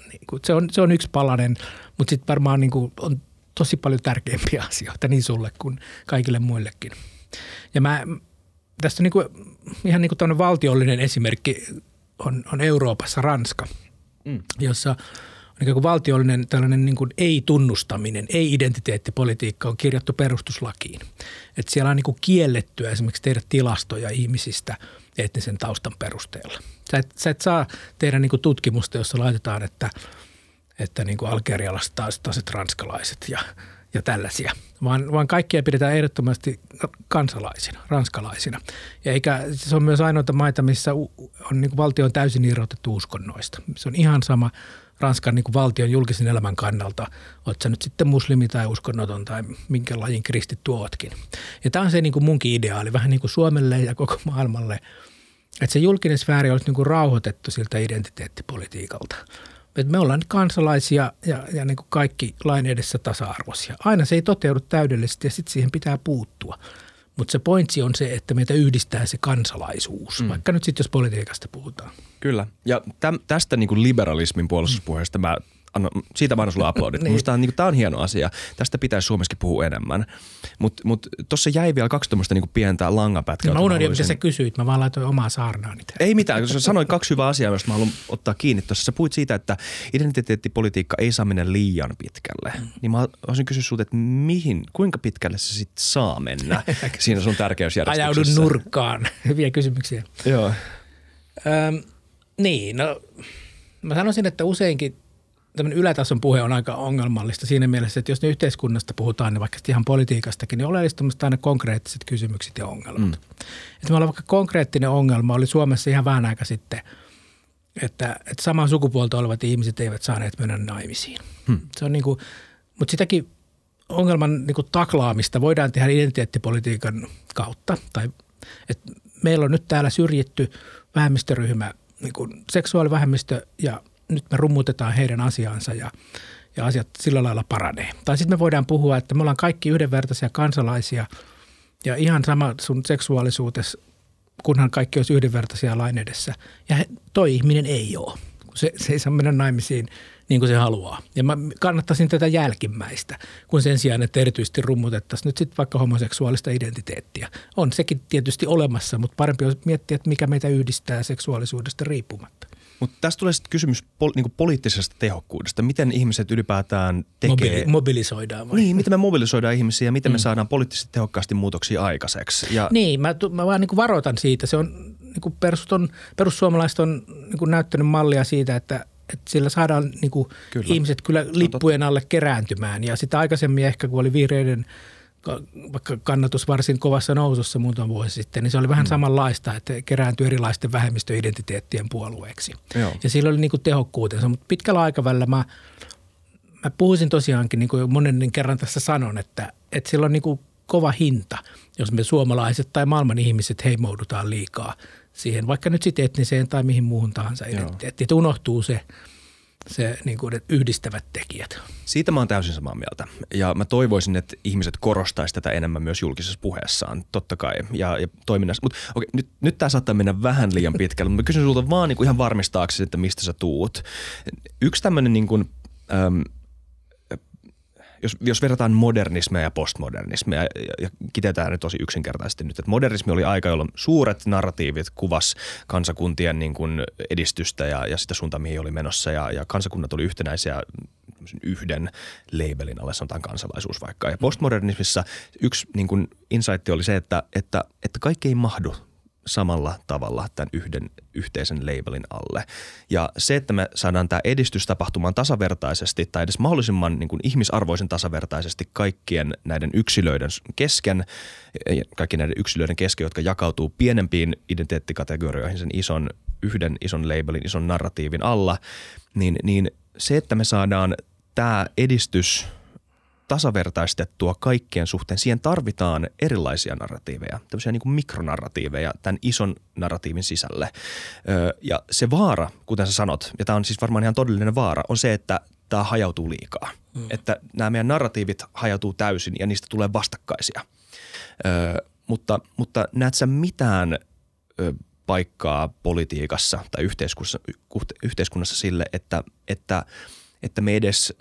Se on yksi palanen, mutta sitten varmaan niin kuin on tosi paljon tärkeämpiä asioita niin sulle kuin kaikille muillekin. Ja tästä niin kuin, ihan niin kuin tämmöinen valtiollinen esimerkki on Euroopassa Ranska, jossa niin kuin valtiollinen tällainen niin kuin ei-tunnustaminen, ei-identiteettipolitiikka on kirjattu perustuslakiin. Että siellä on niin kuin kiellettyä esimerkiksi tehdä tilastoja ihmisistä etnisen taustan perusteella. Sä et saa tehdä niin kuin tutkimusta, jossa laitetaan, että niin kuin algerialaiset taas ranskalaiset ja tällaisia, vaan kaikkia pidetään ehdottomasti kansalaisina, ranskalaisina. Ja se on myös ainoita maita, missä on niin kuin valtio on täysin irrotettu uskonnoista. Se on ihan sama Ranskan niin kuin valtion julkisen elämän kannalta, oot sä nyt sitten muslimi tai uskonnoton tai minkä lajin kristitty ootkin. Ja tämä on se niin kuin munkin ideaali, vähän niin kuin Suomelle ja koko maailmalle, että se julkinen sfääri olisi niin kuin rauhoitettu siltä identiteettipolitiikalta. Että me ollaan nyt kansalaisia ja niin kuin kaikki lain edessä tasa-arvoisia. Aina se ei toteudu täydellisesti ja sitten siihen pitää puuttua. Mutta se pointsi on se, että meitä yhdistää se kansalaisuus, vaikka nyt sitten jos politiikasta puhutaan. Kyllä. Ja tästä niin kuin liberalismin puolustuspuheesta siitä mä annan sulle aplodit. Niin. Minusta tämä on hieno asia. Tästä pitäisi Suomessakin puhua enemmän. Mutta tuossa jäi vielä 2 tämmöistä niin pientä langapätkää. Mä unohdin, mitä sä kysyit. Mä vaan laitoin omaa saarnaani. Ei mitään. Sä sanoit 2 hyvää asiaa, joista mä haluan ottaa kiinni. Tuossa sä puhuit siitä, että identiteettipolitiikka ei saa mennä liian pitkälle. Niin mä olisin kysyä sulta, että kuinka pitkälle se sitten saa mennä siinä sun tärkeysjärjestyksessä? Ajaudun nurkkaan. Hyviä kysymyksiä. Joo. Niin, no mä sanoisin, että useinkin tämmöinen ylätason puhe on aika ongelmallista siinä mielessä, että jos ne yhteiskunnasta puhutaan, niin vaikka ihan politiikastakin, niin oleellista on aina konkreettiset kysymykset ja ongelmat. Että meillä on vaikka konkreettinen ongelma, oli Suomessa ihan vähän aika sitten, että samaa sukupuolta olevat ihmiset eivät saaneet mennä naimisiin. Se on niin kuin, mutta sitäkin ongelman niin kuin taklaamista voidaan tehdä identiteettipolitiikan kautta. Tai, että meillä on nyt täällä syrjitty vähemmistöryhmä, niin kuin seksuaalivähemmistö ja nyt me rummutetaan heidän asiansa ja asiat sillä lailla paranee. Tai sitten me voidaan puhua, että me ollaan kaikki yhdenvertaisia kansalaisia ja ihan sama sun seksuaalisuutesi, kunhan kaikki olisi yhdenvertaisia lain edessä. Ja toi ihminen ei ole. Se ei saa mennä naimisiin niin kuin se haluaa. Ja mä kannattaisin tätä jälkimmäistä, kun sen sijaan, että erityisesti rummutettaisiin nyt sitten vaikka homoseksuaalista identiteettiä. On sekin tietysti olemassa, mutta parempi olisi miettiä, että mikä meitä yhdistää seksuaalisuudesta riippumatta. Mutta tästä tulee sitten kysymys niinku poliittisesta tehokkuudesta. Miten ihmiset ylipäätään tekee? Mobilisoidaan vai? Niin, miten me mobilisoidaan ihmisiä ja miten me saadaan poliittisesti tehokkaasti muutoksia aikaiseksi. Ja niin, mä vaan niin varoitan siitä. Se on, niin perussuomalaiset on niin näyttänyt mallia siitä, että sillä saadaan niin ihmiset kyllä lippujen alle kerääntymään. Ja sitä aikaisemmin ehkä, kun oli vihreiden vaikka kannatus varsin kovassa nousussa muutama vuosi sitten, niin se oli vähän samanlaista, että kerääntyi erilaisten vähemmistöidentiteettien puolueeksi. Joo. Ja sillä oli niin kuin tehokkuutensa, mutta pitkällä aikavälillä mä puhuisin tosiaankin, niin kuin monen kerran tässä sanon, että sillä on niin kuin kova hinta, jos me suomalaiset tai maailman ihmiset heimoudutaan liikaa siihen, vaikka nyt sitten etniseen tai mihin muuhun tahansa identiteettiin, että unohtuu se niin kuin yhdistävät tekijät. Siitä mä oon täysin samaa mieltä. Ja mä toivoisin, että ihmiset korostaisivat tätä enemmän myös julkisessa puheessaan, totta kai, ja toiminnassa. Mutta okei, nyt tää saattaa mennä vähän liian pitkälle, mutta mä kysyn sulta vaan niin kuin ihan varmistaaksesi, että mistä sä tuut. Yksi tämmöinen niin kuin, jos verrataan modernismia ja postmodernismia ja kiteytään ne tosi yksinkertaisesti nyt, että modernismi oli aika, jolloin suuret narratiivit kuvas kansakuntien niin kuin edistystä ja sitä suuntaan, mihin oli menossa ja kansakunnat oli yhtenäisiä yhden labelin alle, sanotaan kansalaisuus vaikka. Ja postmodernismissa yksi niin kuin insight oli se, että kaikki ei mahdu samalla tavalla tämän yhden yhteisen labelin alle. Ja se, että me saadaan tämä edistys tapahtumaan tasavertaisesti tai edes mahdollisimman niin kuin ihmisarvoisen tasavertaisesti kaikkien näiden yksilöiden kesken, jotka jakautuu pienempiin identiteettikategorioihin sen yhden ison labelin, ison narratiivin alla, niin se, että me saadaan tämä edistys tasavertaistettua kaikkien suhteen. Siihen tarvitaan erilaisia narratiiveja, tämmöisiä niin kuin mikronarratiiveja tämän ison narratiivin sisälle. Ja se vaara, kuten sä sanot, ja tämä on siis varmaan ihan todellinen vaara, on se, että tämä hajautuu liikaa. Että nämä meidän narratiivit hajautuu täysin ja niistä tulee vastakkaisia. Mutta näet sä mitään paikkaa politiikassa tai yhteiskunnassa sille, että me edes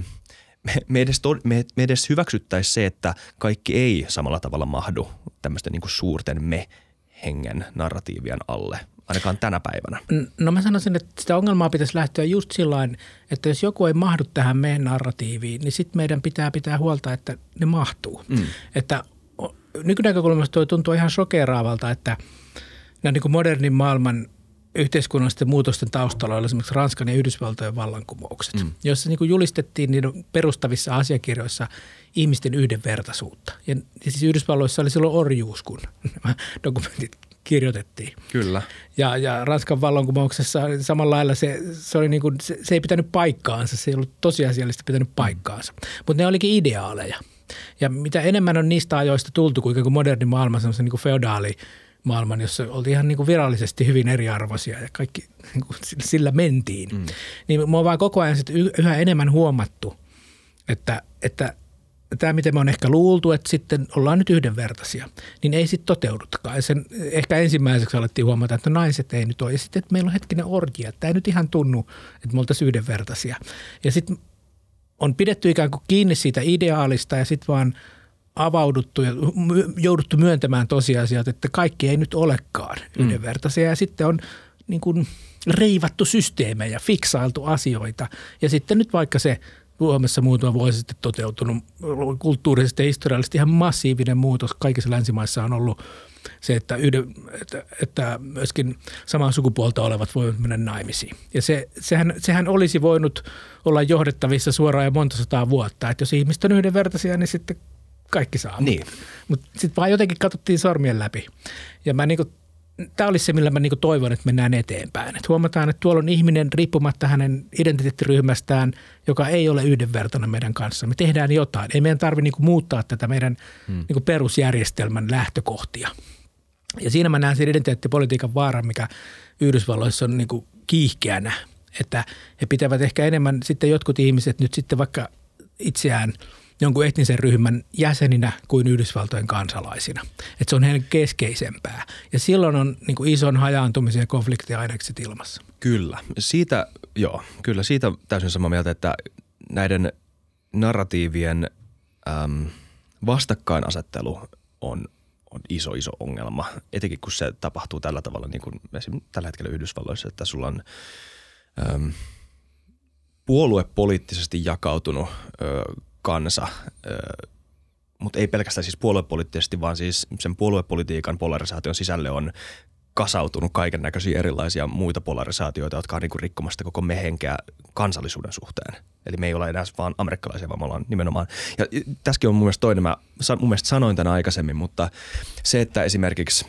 me edes hyväksyttäisiin se, että kaikki ei samalla tavalla mahdu tämmöisten niin kuin suurten me-hengen narratiivien alle ainakaan tänä päivänä. No mä sanoisin, että sitä ongelmaa pitäisi lähteä just sillain, että jos joku ei mahdu tähän meidän narratiiviin, niin sitten meidän pitää huolta, että ne mahtuu. Että nykynäkökulmasta toi tuntuu ihan shokeraavalta, että nämä niin kuin modernin maailman yhteiskunnallisten muutosten taustalla oli esimerkiksi Ranskan ja Yhdysvaltojen vallankumoukset, joissa niin kuin julistettiin niiden perustavissa asiakirjoissa ihmisten yhdenvertaisuutta. Ja siis Yhdysvalloissa oli silloin orjuus, kun nämä dokumentit kirjoitettiin. Kyllä. Ja Ranskan vallankumouksessa samalla lailla se oli niin kuin, se ei pitänyt paikkaansa, se ei ollut tosiasiallisesti pitänyt paikkaansa, mutta ne olikin ideaaleja. Ja mitä enemmän on niistä ajoista tultu kuin moderni maailma, semmoisen niin kuin feodaalimaailman, jossa oltiin ihan niin kuin virallisesti hyvin eriarvoisia ja kaikki niin kuin sillä mentiin. Niin me on vaan koko ajan yhä enemmän huomattu, että tämä, miten me on ehkä luultu, että sitten ollaan nyt yhdenvertaisia, niin ei sitten toteudutkaan. Sen ehkä ensimmäiseksi alettiin huomata, että naiset ei nyt ole. Ja sitten, että meillä on hetkinen orgia. Tämä ei nyt ihan tunnu, että me oltaisiin yhdenvertaisia. Ja sitten on pidetty ikään kuin kiinni siitä ideaalista ja sitten vaan avauduttu ja jouduttu myöntämään tosiasiat, että kaikki ei nyt olekaan yhdenvertaisia. Ja sitten on niin kuin reivattu systeemejä, fiksailtu asioita. Ja sitten nyt vaikka se Suomessa muutama vuosi sitten toteutunut kulttuurisesti ja historiallisesti ihan massiivinen muutos kaikissa länsimaissa on ollut se, että myöskin samaa sukupuolta olevat voivat mennä naimisiin. Ja sehän olisi voinut olla johdettavissa suoraan jo monta sataa vuotta, että jos ihmiset on yhdenvertaisia, niin sitten kaikki saa. Niin. Mutta sitten vaan jotenkin katsottiin sormien läpi. Ja tämä olisi se, millä mä toivon, että mennään eteenpäin. Että huomataan, että tuolla on ihminen riippumatta hänen identiteettiryhmästään, joka ei ole yhdenvertainen meidän kanssa. Me tehdään jotain. Ei meidän tarvitse muuttaa tätä meidän perusjärjestelmän lähtökohtia. Ja siinä mä näen sen identiteettipolitiikan vaaran, mikä Yhdysvalloissa on kiihkeänä. Että he pitävät ehkä enemmän sitten jotkut ihmiset nyt sitten vaikka itseään jonkun etnisen ryhmän jäseninä kuin Yhdysvaltojen kansalaisina. Että se on heidän keskeisempää. Ja silloin on ison hajaantumisen ja konfliktiainekset ilmassa. Kyllä. Siitä täysin samaa mieltä, että näiden narratiivien vastakkainasettelu on iso ongelma. Etenkin kun se tapahtuu tällä tavalla, niin kuin esimerkiksi tällä hetkellä Yhdysvalloissa, että sulla on puoluepoliittisesti jakautunut kansa, mutta ei pelkästään siis puoluepoliittisesti, vaan siis sen puoluepolitiikan polarisaation sisälle on kasautunut kaiken näköisiä erilaisia muita polarisaatioita, jotka on niin kuin rikkomasta koko mehenkeä kansallisuuden suhteen. Eli me ei olla enää vaan amerikkalaisia, vaan me ollaan nimenomaan. Ja tässäkin on mun mielestä toinen, mun mielestä sanoin tämän aikaisemmin, mutta se, että esimerkiksi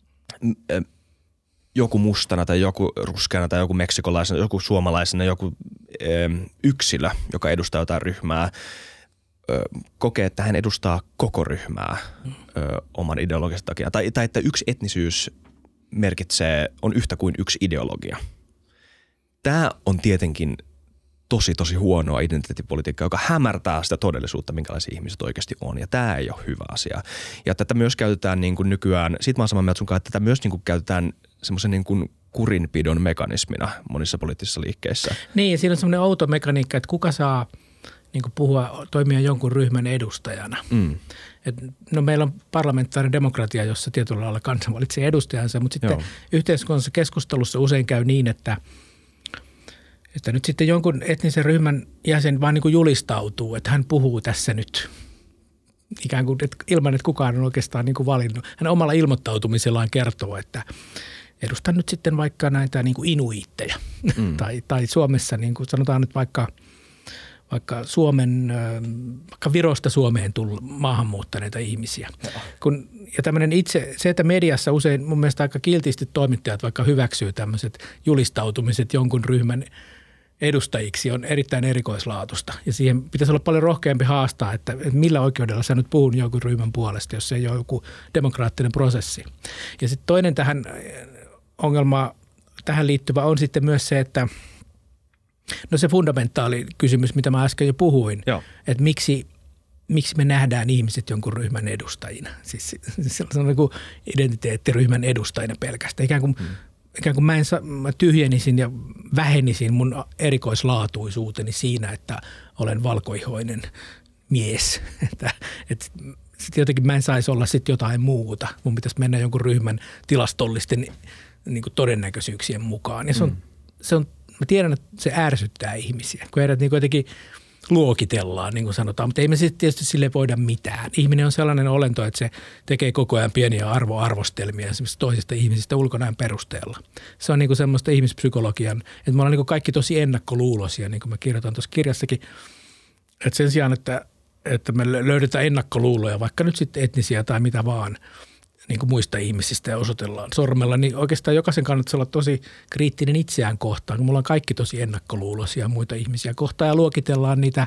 joku mustana tai joku ruskeana tai joku meksikolaisena, joku suomalaisena, joku yksilö, joka edustaa jotain ryhmää, kokee, että hän edustaa koko ryhmää oman ideologian takia. Tai että yksi etnisyys on yhtä kuin yksi ideologia. Tämä on tietenkin tosi huonoa identiteettipolitiikkaa, joka hämärtää sitä todellisuutta, minkälaisia ihmiset oikeasti on. Ja tämä ei ole hyvä asia. Ja tätä myös käytetään niin kuin nykyään, siitä mä oon samaa mieltä sunkaan, että tätä myös niin kuin käytetään semmoisen niin kuin kurinpidon mekanismina monissa poliittisissa liikkeissä. Niin, siinä on semmoinen outo mekaniikka, että kuka saa niin kuin toimia jonkun ryhmän edustajana. No meillä on parlamentaarinen demokratia, jossa tietyllä lailla kansa valitsee edustajansa, mutta sitten yhteiskunnassa keskustelussa usein käy niin, että nyt sitten jonkun etnisen ryhmän jäsen vaan niin kuin julistautuu, että hän puhuu tässä nyt ikään kuin ilman, että kukaan on oikeastaan niin kuin valinnut. Hän omalla ilmoittautumisellaan kertoo, että edustan nyt sitten vaikka näitä niin kuin inuitteja tai Suomessa niin kuin sanotaan nyt vaikka vaikka Virosta Suomeen tullut maahanmuuttaneita ihmisiä. Ja tämmöinen se, että mediassa usein mun mielestä aika kiltisti toimittajat vaikka hyväksyy tämmöiset julistautumiset jonkun ryhmän edustajiksi on erittäin erikoislaatusta. Ja siihen pitäisi olla paljon rohkeampi haastaa, että millä oikeudella sä nyt puhun jonkun ryhmän puolesta, jos se ei ole joku demokraattinen prosessi. Ja sitten toinen tähän ongelma, tähän liittyvä on sitten myös se, että no se fundamentaali kysymys, mitä mä äsken jo puhuin, että miksi me nähdään ihmiset jonkun ryhmän edustajina. Siis se on niin kuin identiteettiryhmän edustajina pelkästään. Ikään kuin mä tyhjenisin ja vähenisin mun erikoislaatuisuuteni siinä, että olen valkoihoinen mies. Että sitten jotenkin mä en saisi olla sitten jotain muuta. Mun pitäisi mennä jonkun ryhmän tilastollisten niin kuin todennäköisyyksien mukaan. Ja mä tiedän, että se ärsyttää ihmisiä, kun heidät niin kuin jotenkin luokitellaan, niin kuin sanotaan, mutta ei me sitten tietysti sille voida mitään. Ihminen on sellainen olento, että se tekee koko ajan pieniä arvostelmia esimerkiksi toisista ihmisistä ulkonäön perusteella. Se on niin kuin semmoista ihmispsykologian, että me ollaan niin kuin kaikki tosi ennakkoluuloisia, niin kuin mä kirjoitan tuossa kirjassakin, että sen sijaan, että me löydetään ennakkoluuloja, vaikka nyt sitten etnisiä tai mitä vaan, niin kuin muista ihmisistä ja osoitellaan sormella, niin oikeastaan jokaisen kannattaisi olla tosi kriittinen itseään kohtaan, kun mulla on kaikki tosi ennakkoluuloisia muita ihmisiä kohtaan ja luokitellaan niitä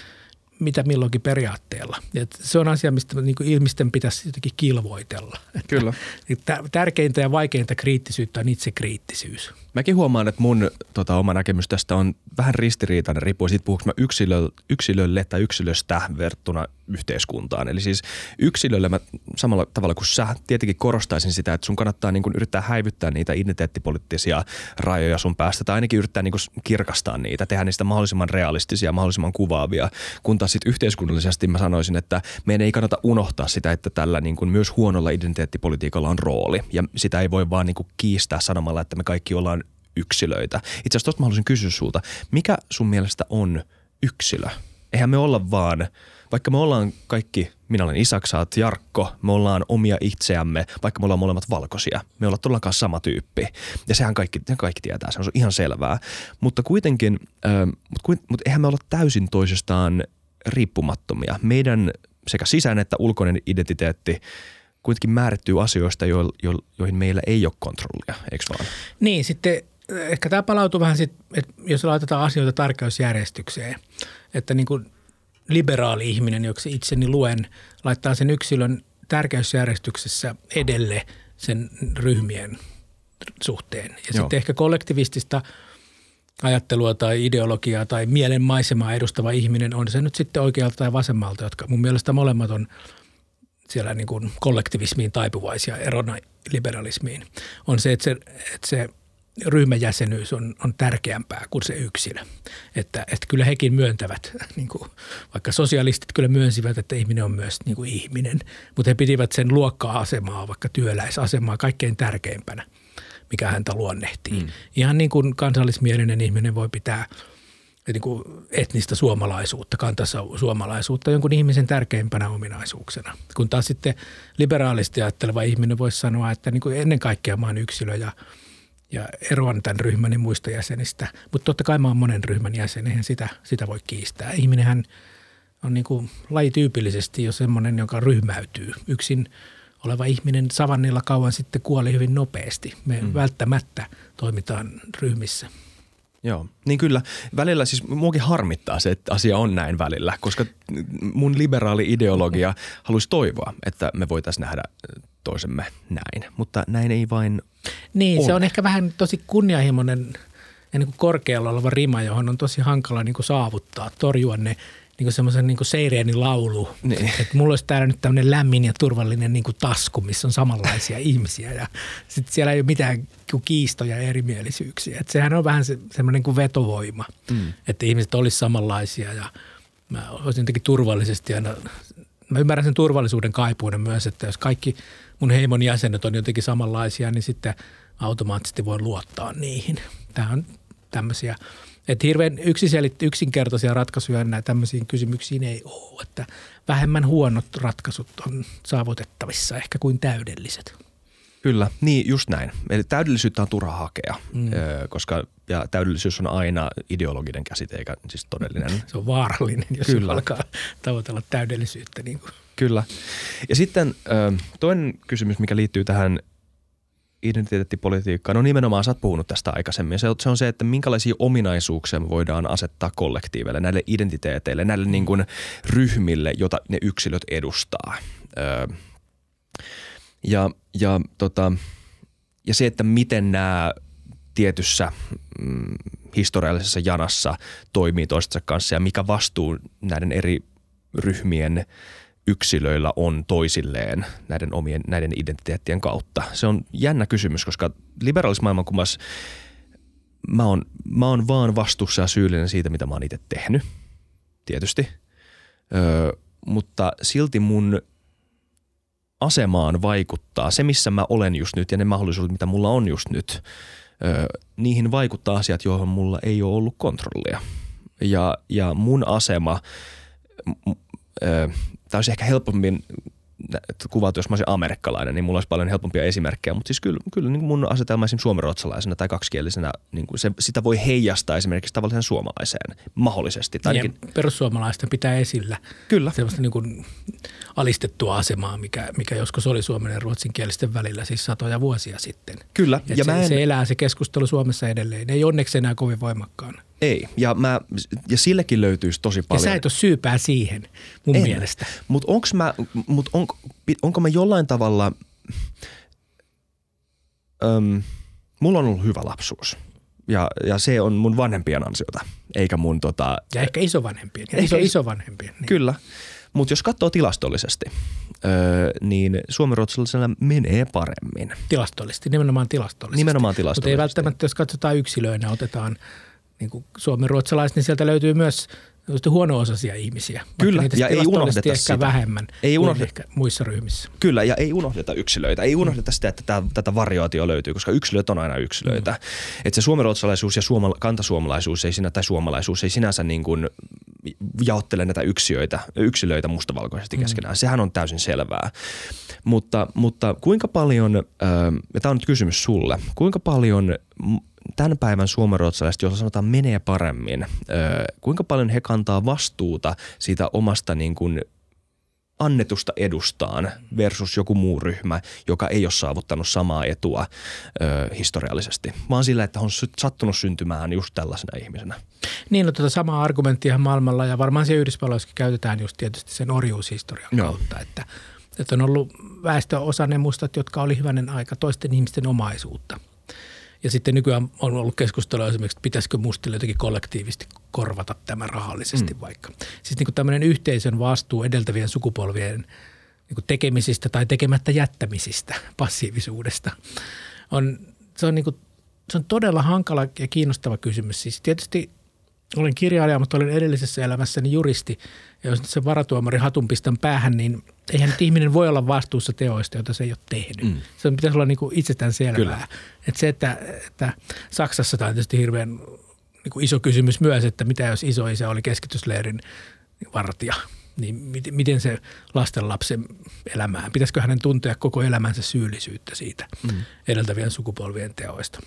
mitä milloinkin periaatteella. Ja se on asia, mistä niin kuin ihmisten pitäisi jotenkin kilvoitella. Kyllä. Tärkeintä ja vaikeinta kriittisyyttä on itsekriittisyys. Mäkin huomaan, että mun oma näkemys tästä on vähän ristiriitainen, riippuen siitä, puhuuko mä yksilölle tai yksilöstä verrattuna yhteiskuntaan. Eli siis yksilölle mä samalla tavalla kuin sä tietenkin korostaisin sitä, että sun kannattaa niin kuin yrittää häivyttää niitä identiteettipoliittisia rajoja sun päästä tai ainakin yrittää niin kuin kirkastaa niitä, tehdä niistä mahdollisimman realistisia, mahdollisimman kuvaavia, kun taas sitten yhteiskunnallisesti mä sanoisin, että meidän ei kannata unohtaa sitä, että tällä niin kuin myös huonolla identiteettipolitiikalla on rooli ja sitä ei voi vaan niin kuin kiistää sanomalla, että me kaikki ollaan yksilöitä. Itse asiassa tuosta mä haluaisin kysyä sulta, mikä sun mielestä on yksilö? Eihän me olla vaan, vaikka me ollaan kaikki, minä olen Isak, sä oot Jarkko, me ollaan omia itseämme, vaikka me ollaan molemmat valkoisia. Me ollaan todellakaan sama tyyppi. Ja sehän kaikki tietää, se on ihan selvää. Mutta kuitenkin, mutta eihän me olla täysin toisestaan riippumattomia. Meidän sekä sisäinen että ulkoinen identiteetti kuitenkin määrittyy asioista, joihin meillä ei ole kontrollia, eikö vaan? Niin, sitten ehkä tämä palautuu vähän sitten, että jos laitetaan asioita tärkeysjärjestykseen, että niin kuin liberaali ihminen, joksi itseni luen, laittaa sen yksilön tärkeysjärjestyksessä edelle sen ryhmien suhteen. Ja sitten ehkä kollektivistista ajattelua tai ideologiaa tai mielenmaisemaa edustava ihminen on se nyt sitten oikealta tai vasemmalta, jotka mun mielestä molemmat on siellä niin kuin kollektivismiin taipuvaisia erona liberalismiin, on se, että se ryhmäjäsenyys on tärkeämpää kuin se yksilö. Että kyllä hekin myöntävät, niin kuin, vaikka sosialistit kyllä myönsivät, että ihminen on myös niin kuin ihminen, mutta he pitivät sen luokka-asemaa, vaikka työläisasemaa kaikkein tärkeimpänä, mikä häntä luonnehtii. Ihan niin kuin kansallismielinen ihminen voi pitää niin kuin etnistä suomalaisuutta, kantansa suomalaisuutta jonkun ihmisen tärkeimpänä ominaisuuksena. Kun taas sitten liberaalisti ajatteleva ihminen voisi sanoa, että niin kuin ennen kaikkea mä oon yksilö ja eroan tämän ryhmäni muista jäsenistä. Mutta totta kai mä oon monen ryhmän jäsen, eihän sitä voi kiistää. Ihminenhän on niin kuin lajityypillisesti jo semmoinen, joka ryhmäytyy. Yksin oleva ihminen savannilla kauan sitten kuoli hyvin nopeasti. Me välttämättä toimitaan ryhmissä. Joo, niin kyllä. Välillä siis muakin harmittaa se, että asia on näin välillä, koska mun liberaali ideologia haluaisi toivoa, että me voitaisiin nähdä toisemme näin, mutta näin ei vain Niin, ole. Se on ehkä vähän tosi kunnianhimoinen ja niin kuin korkealla oleva rima, johon on tosi hankala niin kuin saavuttaa, torjua ne niin kuin semmoisen niin kuin seireenin laulu. Niin. Että mulla olisi täällä nyt tämmöinen lämmin ja turvallinen niin kuin tasku, missä on samanlaisia ihmisiä ja sitten siellä ei ole mitään kiistoja ja erimielisyyksiä. Että sehän on vähän semmoinen kuin vetovoima, että ihmiset olisi samanlaisia ja mä olisin jotenkin turvallisesti aina, mä ymmärrän sen turvallisuuden kaipuuden myös, että jos kaikki mun heimon jäsenet on jotenkin samanlaisia, niin sitten automaattisesti voi luottaa niihin. Tämä on tämmöisiä. Että hirveän yksinkertaisia ratkaisuja näitä tämmöisiin kysymyksiin ei ole, että vähemmän huonot ratkaisut on saavutettavissa ehkä kuin täydelliset. Kyllä, niin just näin. Eli täydellisyyttä on turha hakea, koska ja täydellisyys on aina ideologinen käsite eikä siis todellinen. Se on vaarallinen, jos alkaa tavoitella täydellisyyttä. Niin kuin. Kyllä. Ja sitten toinen kysymys, mikä liittyy tähän identiteettipolitiikkaan, on nimenomaan, sä oot puhunut tästä aikaisemmin. Se on se, että minkälaisia ominaisuuksia me voidaan asettaa kollektiiveille, näille identiteeteille, näille niin kuin ryhmille, joita ne yksilöt edustaa. Ja se, että miten nämä tietyssä historiallisessa janassa toimii toistensa kanssa ja mikä vastuu näiden eri ryhmien yksilöillä on toisilleen näiden identiteettien kautta. Se on jännä kysymys, koska liberaalissa maailmankuvassa mä oon vaan vastuussa ja syyllinen siitä, mitä mä oon itse tehnyt, tietysti. Mutta silti mun asemaan vaikuttaa, se missä mä olen just nyt ja ne mahdollisuudet, mitä mulla on just nyt, niihin vaikuttaa asiat, joihin mulla ei ole ollut kontrollia. Ja mun asema, tämä olisi ehkä helpommin kuvautu, jos mä olisin amerikkalainen, niin mulla olisi paljon helpompia esimerkkejä, mutta siis kyllä niin mun asetelma esimerkiksi suomenruotsalaisena tai kaksikielisenä, niin kuin sitä voi heijastaa esimerkiksi tavallisen suomalaiseen mahdollisesti. Tai ainakin perussuomalaisten pitää esillä kyllä sellaista niin kuin alistettua asemaa, mikä joskus oli suomen ja ruotsinkielisten välillä siis satoja vuosia sitten. Kyllä. Ja se elää se keskustelu Suomessa edelleen. Ei onneksi enää kovin voimakkaana. Ei. Ja sillekin löytyisi tosi paljon. Ja sä et ole syypää siihen mun mielestä. Mutta onko mä jollain tavalla, mulla on ollut hyvä lapsuus ja se on mun vanhempien ansiota, eikä mun ja ehkä isovanhempien. Isovanhempien. Niin. Kyllä. Mutta jos katsoo tilastollisesti, niin suomenruotsalaisella menee paremmin. Nimenomaan tilastollisesti. Mutta ei välttämättä, jos katsotaan yksilöinä, otetaan niin kuin suomenruotsalaiset, niin sieltä löytyy myös huono-osaisia ihmisiä. Kyllä, ja ei unohdeta sitä. Vähemmän kuin ehkä muissa ryhmissä. Kyllä, ja ei unohdeta yksilöitä. Ei unohdeta sitä, että tätä variaatio löytyy, koska yksilöt on aina yksilöitä. Että se suomenruotsalaisuus ja kantasuomalaisuus tai suomalaisuus ei sinänsä niin kuin jaottele näitä yksilöitä mustavalkoisesti keskenään. Sehän on täysin selvää. Mutta kuinka paljon, ja tämä on nyt kysymys sulle, kuinka paljon tämän päivän suomenruotsalaiset, joilla sanotaan menee paremmin, kuinka paljon he kantaa vastuuta siitä omasta niin kuin annetusta edustaan versus joku muu ryhmä, joka ei ole saavuttanut samaa etua historiallisesti, vaan sillä, että on sattunut syntymään just tällaisena ihmisenä. Niin, no samaa argumenttia maailmalla ja varmaan siellä Yhdysvalloissakin käytetään just tietysti sen orjuushistorian kautta, että on ollut väestöosa ne mustat, jotka oli hyvänen aika toisten ihmisten omaisuutta. Ja sitten nykyään on ollut keskustelua esimerkiksi, että pitäisikö mustille jotenkin kollektiivisesti korvata tämä rahallisesti vaikka. Siis niin kuin tämmöinen yhteisön vastuu edeltävien sukupolvien niin kuin tekemisistä tai tekemättä jättämisistä, passiivisuudesta. Se on todella hankala ja kiinnostava kysymys. Siis tietysti olen kirjailija, mutta olen edellisessä elämässäni juristi. Ja jos se varatuomari hatun pistän päähän, niin eihän nyt ihminen voi olla vastuussa teoista, joita se ei ole tehnyt. Se pitäisi olla niin kuin itsestään selvää. Että se, että Saksassa tämä on tietysti hirveän niin kuin iso kysymys myös, että mitä jos isoisä oli keskitysleirin vartija, niin miten se lastenlapsen elämään, pitäisikö hänen tuntea koko elämänsä syyllisyyttä siitä edeltävien sukupolvien teoista.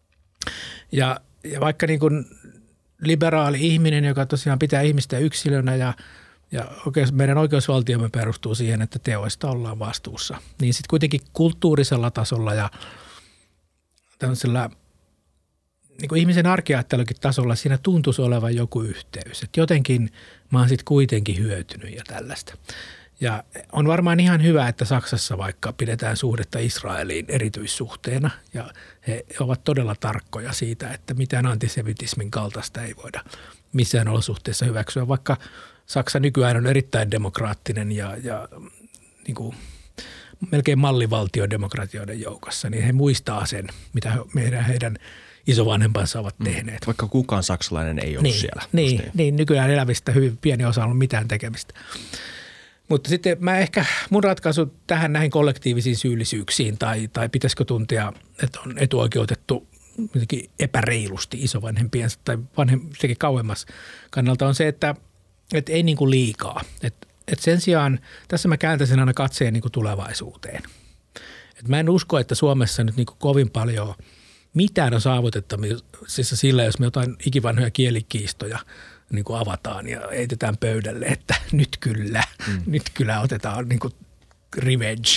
Ja vaikka niin kuin liberaali ihminen, joka tosiaan pitää ihmistä yksilönä ja meidän oikeusvaltiomme perustuu siihen, että teoista ollaan vastuussa. Niin sitten kuitenkin kulttuurisella tasolla ja tämmöisellä niin kuin ihmisen arkiajattelukin tasolla siinä tuntuisi olevan joku yhteys. Että jotenkin mä oon sitten kuitenkin hyötynyt ja tällaista. Ja on varmaan ihan hyvä, että Saksassa vaikka pidetään suhdetta Israeliin erityissuhteena ja he ovat todella tarkkoja siitä, että mitään antisemitismin kaltaista ei voida missään olosuhteessa hyväksyä, vaikka Saksa nykyään on erittäin demokraattinen ja niin kuin melkein mallivaltiodemokratioiden joukossa, niin he muistaa sen, mitä heidän isovanhempansa ovat tehneet. Vaikka kukaan saksalainen ei ollut siellä. Niin, nykyään elävistä hyvin pieni osa on ollut mitään tekemistä. Mutta sitten mun ratkaisu tähän näihin kollektiivisiin syyllisyyksiin tai pitäisikö tuntea, että on etuoikeutettu jotenkin epäreilusti isovanhempiensa tai sekin kauemmas kannalta on se, että ei niin kuin liikaa. Että sen sijaan tässä mä kääntäisin aina katseen niin kuin tulevaisuuteen. Et mä en usko, että Suomessa nyt niin kuin kovin paljon mitään on saavutettavissa sillä, jos me jotain ikivanhoja kielikiistoja niin kuin avataan ja eitetään pöydälle, että nyt kyllä otetaan niin kuin revenge.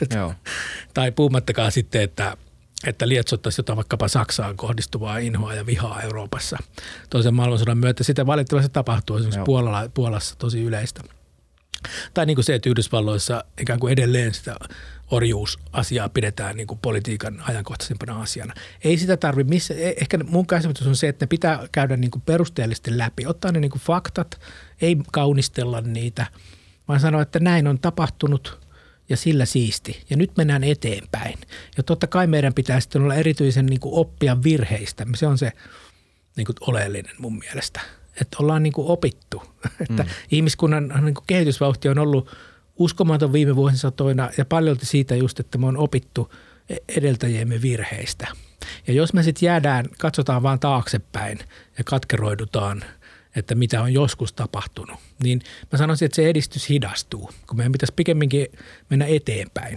Tai puhumattakaan sitten, että lietsottaisiin jotain vaikkapa Saksaan kohdistuvaa inhoa ja vihaa Euroopassa toisen maailmansodan myötä. Sitä valitettavasti tapahtuu esimerkiksi Puolassa tosi yleistä. Tai niin kuin se, että Yhdysvalloissa ikään kuin edelleen sitä orjuusasiaa pidetään niin kuin politiikan ajankohtaisempana asiana. Ei sitä tarvitse, ehkä mun käsitys on se, että ne pitää käydä niin kuin perusteellisesti läpi, ottaa ne niin kuin faktat, ei kaunistella niitä, vaan sanoa, että näin on tapahtunut ja sillä siisti. Ja nyt mennään eteenpäin. Ja totta kai meidän pitää sitten olla erityisen niin kuin oppia virheistä. Se on se niin kuin oleellinen mun mielestä. Että ollaan niin kuin opittu. Että ihmiskunnan niin kuin kehitysvauhti on ollut uskomaton viime vuosisatoina ja paljolti siitä just, että me on opittu edeltäjiemme virheistä. Ja jos me sitten katsotaan vaan taaksepäin ja katkeroidutaan, että mitä on joskus tapahtunut, niin mä sanoisin, että se edistys hidastuu, kun meidän pitäisi pikemminkin mennä eteenpäin.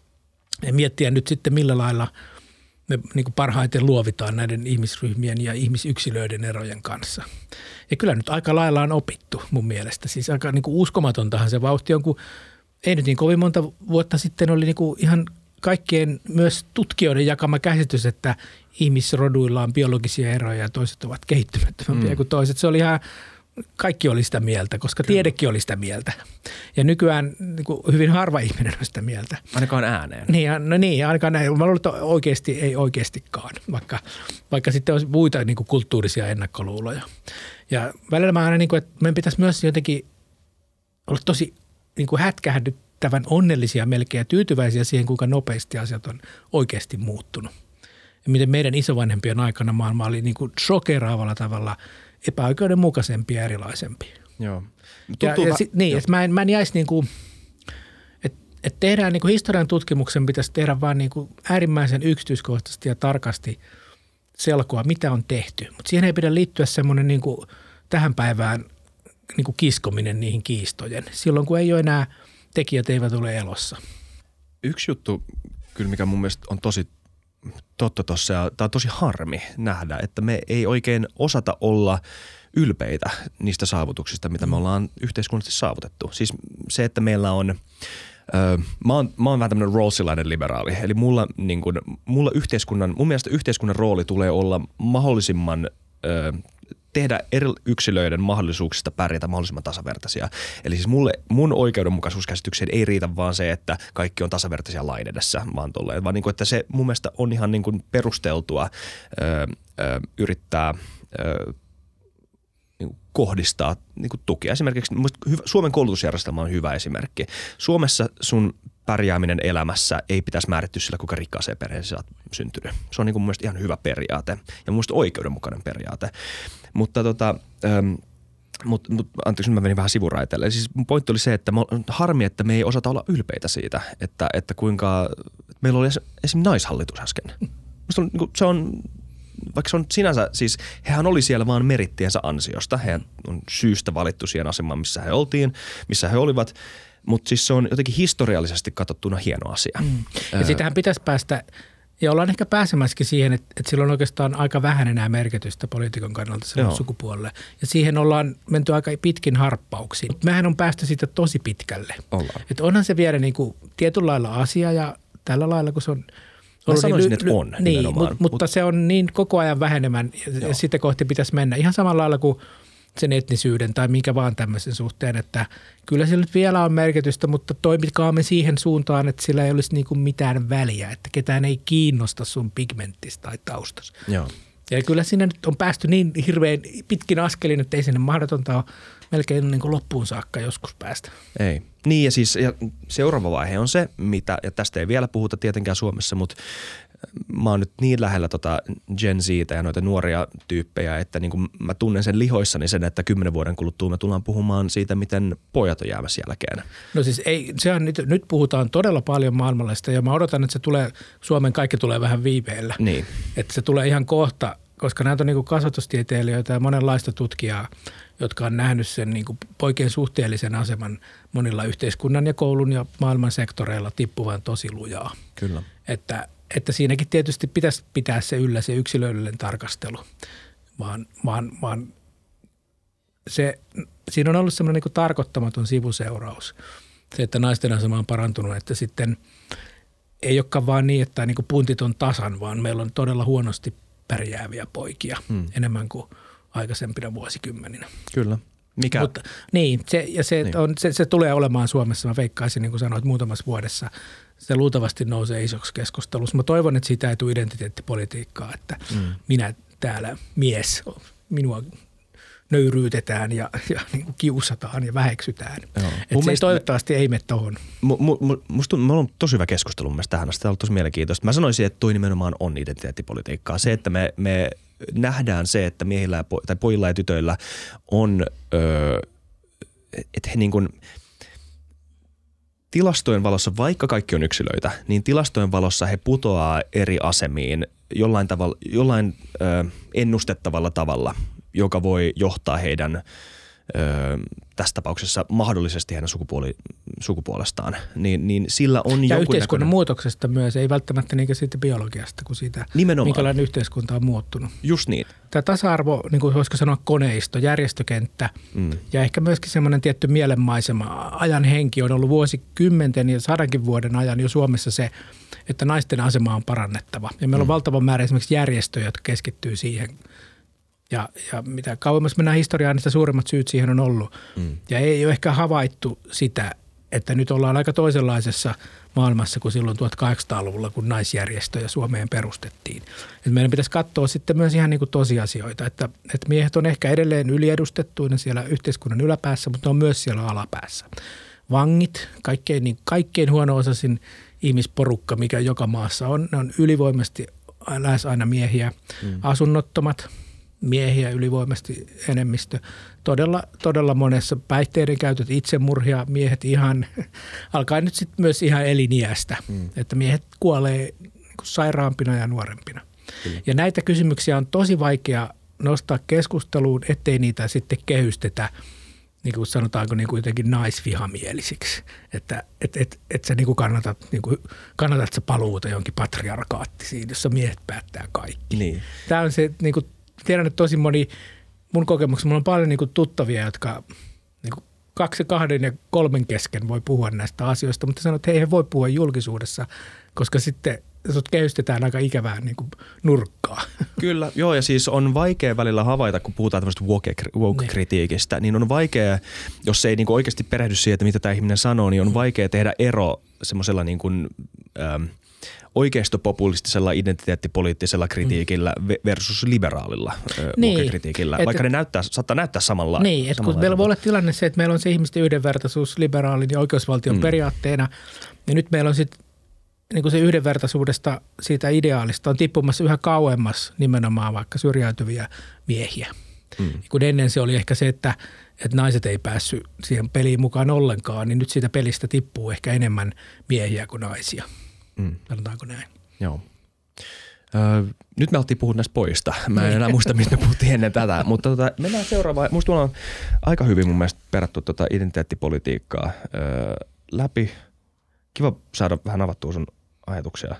Ja miettiä nyt sitten, millä lailla me niin kuin parhaiten luovitaan näiden ihmisryhmien ja ihmisyksilöiden erojen kanssa. Ja kyllä nyt aika lailla on opittu mun mielestä. Siis aika niin kuin uskomatontahan se vauhti on, kun ei nyt niin kovin monta vuotta sitten oli niin kuin ihan kaikkien myös tutkijoiden jakama käsitys, että ihmisroduilla on biologisia eroja ja toiset ovat kehittymättömämpiä kuin toiset. Se oli ihan, kaikki oli sitä mieltä, koska tiedekin oli sitä mieltä. Ja nykyään niin kuin hyvin harva ihminen on sitä mieltä. Ainakaan ääneen. Niin, ainakaan näin. Mä luulen, että oikeasti ei oikeastikaan, vaikka sitten olisi muita niin kuin kulttuurisia ennakkoluuloja. Ja välillä mä aina, niin kuin, että meidän pitäisi myös jotenkin olla tosi niin kuin hätkähdyttävän onnellisia melkein ja tyytyväisiä siihen, kuinka nopeasti asiat on oikeasti muuttunut. Ja miten meidän isovanhempien aikana maailma oli niin kuin shokeraavalla tavalla epäoikeudenmukaisempi ja erilaisempi. Joo. Että mä en jäisi niin kuin, että tehdään niin kuin historian tutkimuksen pitäisi tehdä vaan niin kuin äärimmäisen yksityiskohtaisesti ja tarkasti selkoa, mitä on tehty. Mutta siihen ei pidä liittyä semmoinen niin kuin tähän päivään niin kuin kiskominen niihin kiistojen. Silloin kun ei ole enää, tekijät eivät ole elossa. Yksi juttu kyllä, mikä mun mielestä on tosi totta tuossa ja tämä on tosi harmi nähdä, että me ei oikein osata olla ylpeitä niistä saavutuksista, mitä me ollaan yhteiskunnallisesti saavutettu. Siis se, että meillä on, mä oon vähän tämmöinen Rawlsilainen liberaali, eli mun mielestä yhteiskunnan rooli tulee olla mahdollisimman tehdä eri yksilöiden mahdollisuuksista pärjätä mahdollisimman tasavertaisia. Eli siis mun oikeudenmukaisuuskäsitykseen ei riitä vaan se, että kaikki on tasavertaisia lain edessä, vaan niin kuin, että se mun mielestä on ihan niin kuin perusteltua yrittää niin kuin kohdistaa niin kuin tukea. Esimerkiksi Suomen koulutusjärjestelmä on hyvä esimerkki. Suomessa sun pärjääminen elämässä ei pitäisi määrittyä sillä, kuinka rikkaaseen perheeseen olet syntynyt. Se on niin kuin mun mielestä ihan hyvä periaate ja mun mielestä oikeudenmukainen periaate. Mutta anteeksi, mä menin vähän sivuraiteelle. Siis mun pointti oli se, että harmi, että me ei osata olla ylpeitä siitä, että kuinka meillä oli esimerkiksi naishallitus äsken. Se on, vaikka se on sinänsä, siis hehän oli siellä vaan merittiensä ansiosta. Hehän on syystä valittu siihen asemaan, missä he oltiin, missä he olivat. Mutta siis se on jotenkin historiallisesti katsottuna hieno asia. Ja sitähän pitäisi päästä, ja ollaan ehkä pääsemässäkin siihen, että sillä on oikeastaan aika vähän enää merkitystä poliitikon kannalta sille sukupuolelle. Ja siihen ollaan menty aika pitkin harppauksiin. Mehän on päästy siitä tosi pitkälle. Että onhan se vielä niin kuin tietyllä lailla asia ja tällä lailla, kun se on mä sanoisin, että on nimenomaan. Mutta se on niin koko ajan vähenemään ja sitä kohti pitäisi mennä. Ihan samalla lailla kuin sen etnisyyden tai minkä vaan tämmöisen suhteen, että kyllä sillä nyt vielä on merkitystä, mutta toimitkaamme siihen suuntaan, että sillä ei olisi niin kuin mitään väliä, että ketään ei kiinnosta sun pigmenttistä tai taustasta. Joo. Ja kyllä siinä nyt on päästy niin hirveän pitkin askelin, että ei sinne mahdotonta ole melkein niin kuin loppuun saakka joskus päästä. Ei. Niin ja siis ja seuraava vaihe on se, ja tästä ei vielä puhuta tietenkään Suomessa, mutta mä oon nyt niin lähellä Gen Z:tä ja noita nuoria tyyppejä, että niin kuin mä tunnen sen lihoissani sen, että 10 vuoden kuluttua me tullaan puhumaan siitä, miten pojat on jäämässä jälkeen. No siis sehän nyt puhutaan todella paljon maailmanlaista ja mä odotan, että se tulee, Suomen kaikki tulee vähän viiveellä. Niin. Että se tulee ihan kohta, koska näitä on niin kuin kasvatustieteilijöitä ja monenlaista tutkijaa, jotka on nähnyt sen niin kuin poikien suhteellisen aseman monilla yhteiskunnan ja koulun ja maailman sektoreilla tippuvan tosi lujaa. Kyllä. Että siinäkin tietysti pitäisi pitää se yllä se yksilöllinen tarkastelu, vaan siinä on ollut semmoinen niin kuin tarkoittamaton sivuseuraus. Se, että naisten asema on parantunut, että sitten ei olekaan vaan niin, että niin kuin puntit on tasan, vaan meillä on todella huonosti pärjääviä poikia enemmän kuin aikaisempina vuosikymmeninä. Kyllä. Mikä? Mutta, niin, se tulee olemaan Suomessa, mä veikkaisin, niin kuin sanoit, muutamassa vuodessa. Se luultavasti nousee isoksi keskustelussa. Mä toivon, että siitä ei tule identiteettipolitiikkaa, että minä täällä mies, minua nöyryytetään ja niin kuin kiusataan ja väheksytään. Että se toivottavasti ei mene tuohon. Musta me ollaan tosi hyvä keskustelu mun mielestä tähän asti. Tämä on tosi mielenkiintoista. Mä sanoisin, että toi nimenomaan on identiteettipolitiikkaa. Se, että me nähdään se, että miehillä tai pojilla ja tytöillä on, että he niin kuin tilastojen valossa, vaikka kaikki on yksilöitä, niin tilastojen valossa he putoaa eri asemiin jollain ennustettavalla tavalla, joka voi johtaa heidän tässä tapauksessa mahdollisesti heidän sukupuolestaan, niin sillä on ja yhteiskunnan muutoksesta myös, ei välttämättä niinkään siitä biologiasta, kuin siitä, nimenomaan, minkälainen yhteiskunta on muuttunut. Just niin. Tämä tasa-arvo, niin kuin voisiko sanoa koneisto, järjestökenttä ja ehkä myöskin semmoinen tietty mielenmaisema, ajan henki on ollut vuosikymmenten ja 100 vuoden ajan jo Suomessa se, että naisten asema on parannettava. Ja meillä on valtava määrä esimerkiksi järjestöjä, jotka keskittyy siihen. Ja mitä kauemmas mennään historiaan, niin sitä suurimmat syyt siihen on ollut. Ja ei ole ehkä havaittu sitä, että nyt ollaan aika toisenlaisessa maailmassa kuin silloin 1800-luvulla, kun naisjärjestöjä Suomeen perustettiin. Et meidän pitäisi katsoa sitten myös ihan niin kuin tosiasioita, että miehet on ehkä edelleen yliedustettuina siellä yhteiskunnan yläpäässä, mutta ne on myös siellä alapäässä. Vangit, kaikkein huono-osaisin ihmisporukka, mikä joka maassa on, ne on ylivoimaisesti lähes aina miehiä. Asunnottomat, miehiä ylivoimaisesti enemmistö. Todella monessa päihteiden käytöt, itsemurhia, miehet ihan, alkaa nyt sitten myös ihan eliniästä, että miehet kuolee niin kuin sairaampina ja nuorempina. Kyllä. Ja näitä kysymyksiä on tosi vaikea nostaa keskusteluun, ettei niitä sitten kehystetä, niin kuin sanotaanko niin kuin jotenkin naisvihamielisiksi, että sä niin kuin kannatat sä paluuta jonkin patriarkaattisiin, jossa miehet päättää kaikki. Niin. Tämä on se niin kuin, tiedän, että tosi moni, mun kokemuksessa, mulla on paljon niin kuin tuttavia, jotka niin kuin 2, 2 ja 3 kesken voi puhua näistä asioista, mutta sanoo, että he voi puhua julkisuudessa, koska sitten sut kehystetään aika ikävään niin kuin nurkkaa. Kyllä, joo, ja siis on vaikea välillä havaita, kun puhutaan tämmöistä woke-kritiikistä, niin on vaikea, jos ei niin kuin oikeasti perehdy siihen, että mitä tämä ihminen sanoo, niin on vaikea tehdä ero semmoisella niin kuin oikeistopopulistisella identiteettipoliittisella kritiikillä versus liberaalilla woke-kritiikillä, vaikka ne saattaa näyttää samalla. Niin, että kun meillä voi olla tilanne se, että meillä on se ihmisten yhdenvertaisuus liberaalin ja oikeusvaltion periaatteena, ja nyt meillä on sitten niin kuin se yhdenvertaisuudesta siitä ideaalista on tippumassa yhä kauemmas nimenomaan vaikka syrjäytyviä miehiä. Kun ennen se oli ehkä se, että naiset ei päässyt siihen peliin mukaan ollenkaan, niin nyt siitä pelistä tippuu ehkä enemmän miehiä kuin naisia. Sanotaanko näin? Joo. Nyt me oltiin puhua näistä pojista. Mä en enää muista, mistä me puhuttiin ennen tätä, mutta mennään seuraavaan. Musta on aika hyvin mun mielestä perattu identiteettipolitiikkaa läpi. Kiva saada vähän avattua sun ajatuksia.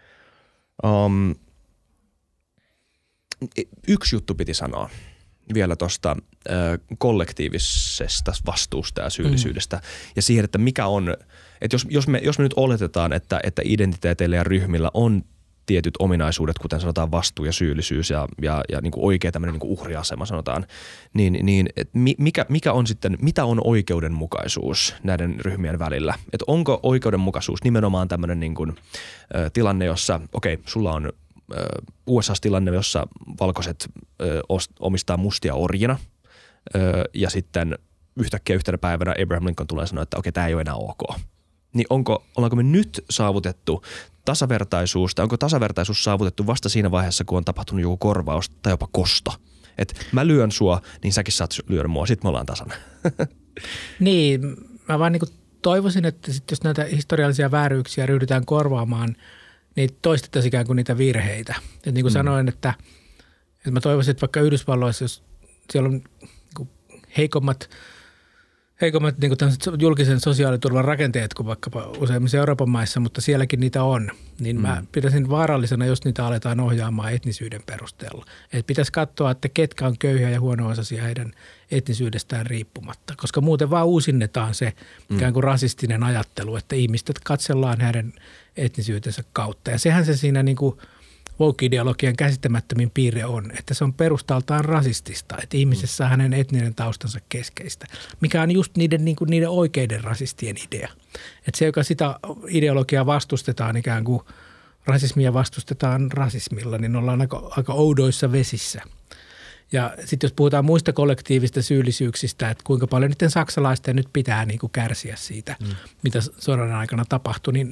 Yksi juttu piti sanoa vielä tuosta kollektiivisesta vastuusta ja syyllisyydestä ja siihen, että mikä on, että jos me nyt oletetaan, että identiteeteillä ja ryhmillä on tietyt ominaisuudet, kuten sanotaan vastuu ja syyllisyys ja niin kuin oikea tämmöinen niin kuin uhriasema sanotaan, niin mikä on sitten, mitä on oikeudenmukaisuus näiden ryhmien välillä? Että onko oikeudenmukaisuus nimenomaan tämmöinen niin kuin tilanne, jossa sulla on USA-tilanne, jossa valkoiset omistaa mustia orjina ja sitten yhtäkkiä yhtenä päivänä Abraham Lincoln tulee sanoa, että tämä ei ole enää ok. Niin ollaanko me nyt saavutettu tasavertaisuus tai onko tasavertaisuus saavutettu vasta siinä vaiheessa, kun on tapahtunut joku korvaus tai jopa kosto? Että mä lyön sua, niin säkin saat lyödä mua, sit me ollaan tasana. Niin, mä vaan niin toivoisin, että sit jos näitä historiallisia vääryyksiä ryhdytään korvaamaan, niin toistettaisiin ikään kuin niitä virheitä. Et niin kuin sanoin, että mä toivoisin, että vaikka Yhdysvalloissa, jos siellä on niin heikommat niin kuin julkisen sosiaaliturvan rakenteet kuin vaikkapa useimmissa Euroopan maissa, mutta sielläkin niitä on, niin mä pitäisin vaarallisena, jos niitä aletaan ohjaamaan etnisyyden perusteella. Et pitäisi katsoa, että ketkä on köyhiä ja huono-osaisia heidän etnisyydestään riippumatta, koska muuten vaan uusinnetaan se ikään kuin rasistinen ajattelu, että ihmiset katsellaan heidän etnisyytensä kautta. Ja sehän se siinä niin kuin woke-ideologian käsittämättömin piirre on, että se on perustaltaan rasistista, että ihmisessä on hänen etninen taustansa keskeistä, mikä on just niiden oikeiden rasistien idea. Että se, joka sitä ideologiaa vastustetaan ikään kuin rasismia vastustetaan rasismilla, niin ollaan aika oudoissa vesissä. Ja sitten jos puhutaan muista kollektiivista syyllisyyksistä, että kuinka paljon niiden saksalaisten nyt pitää niin kuin kärsiä siitä, mitä sodan aikana tapahtui, niin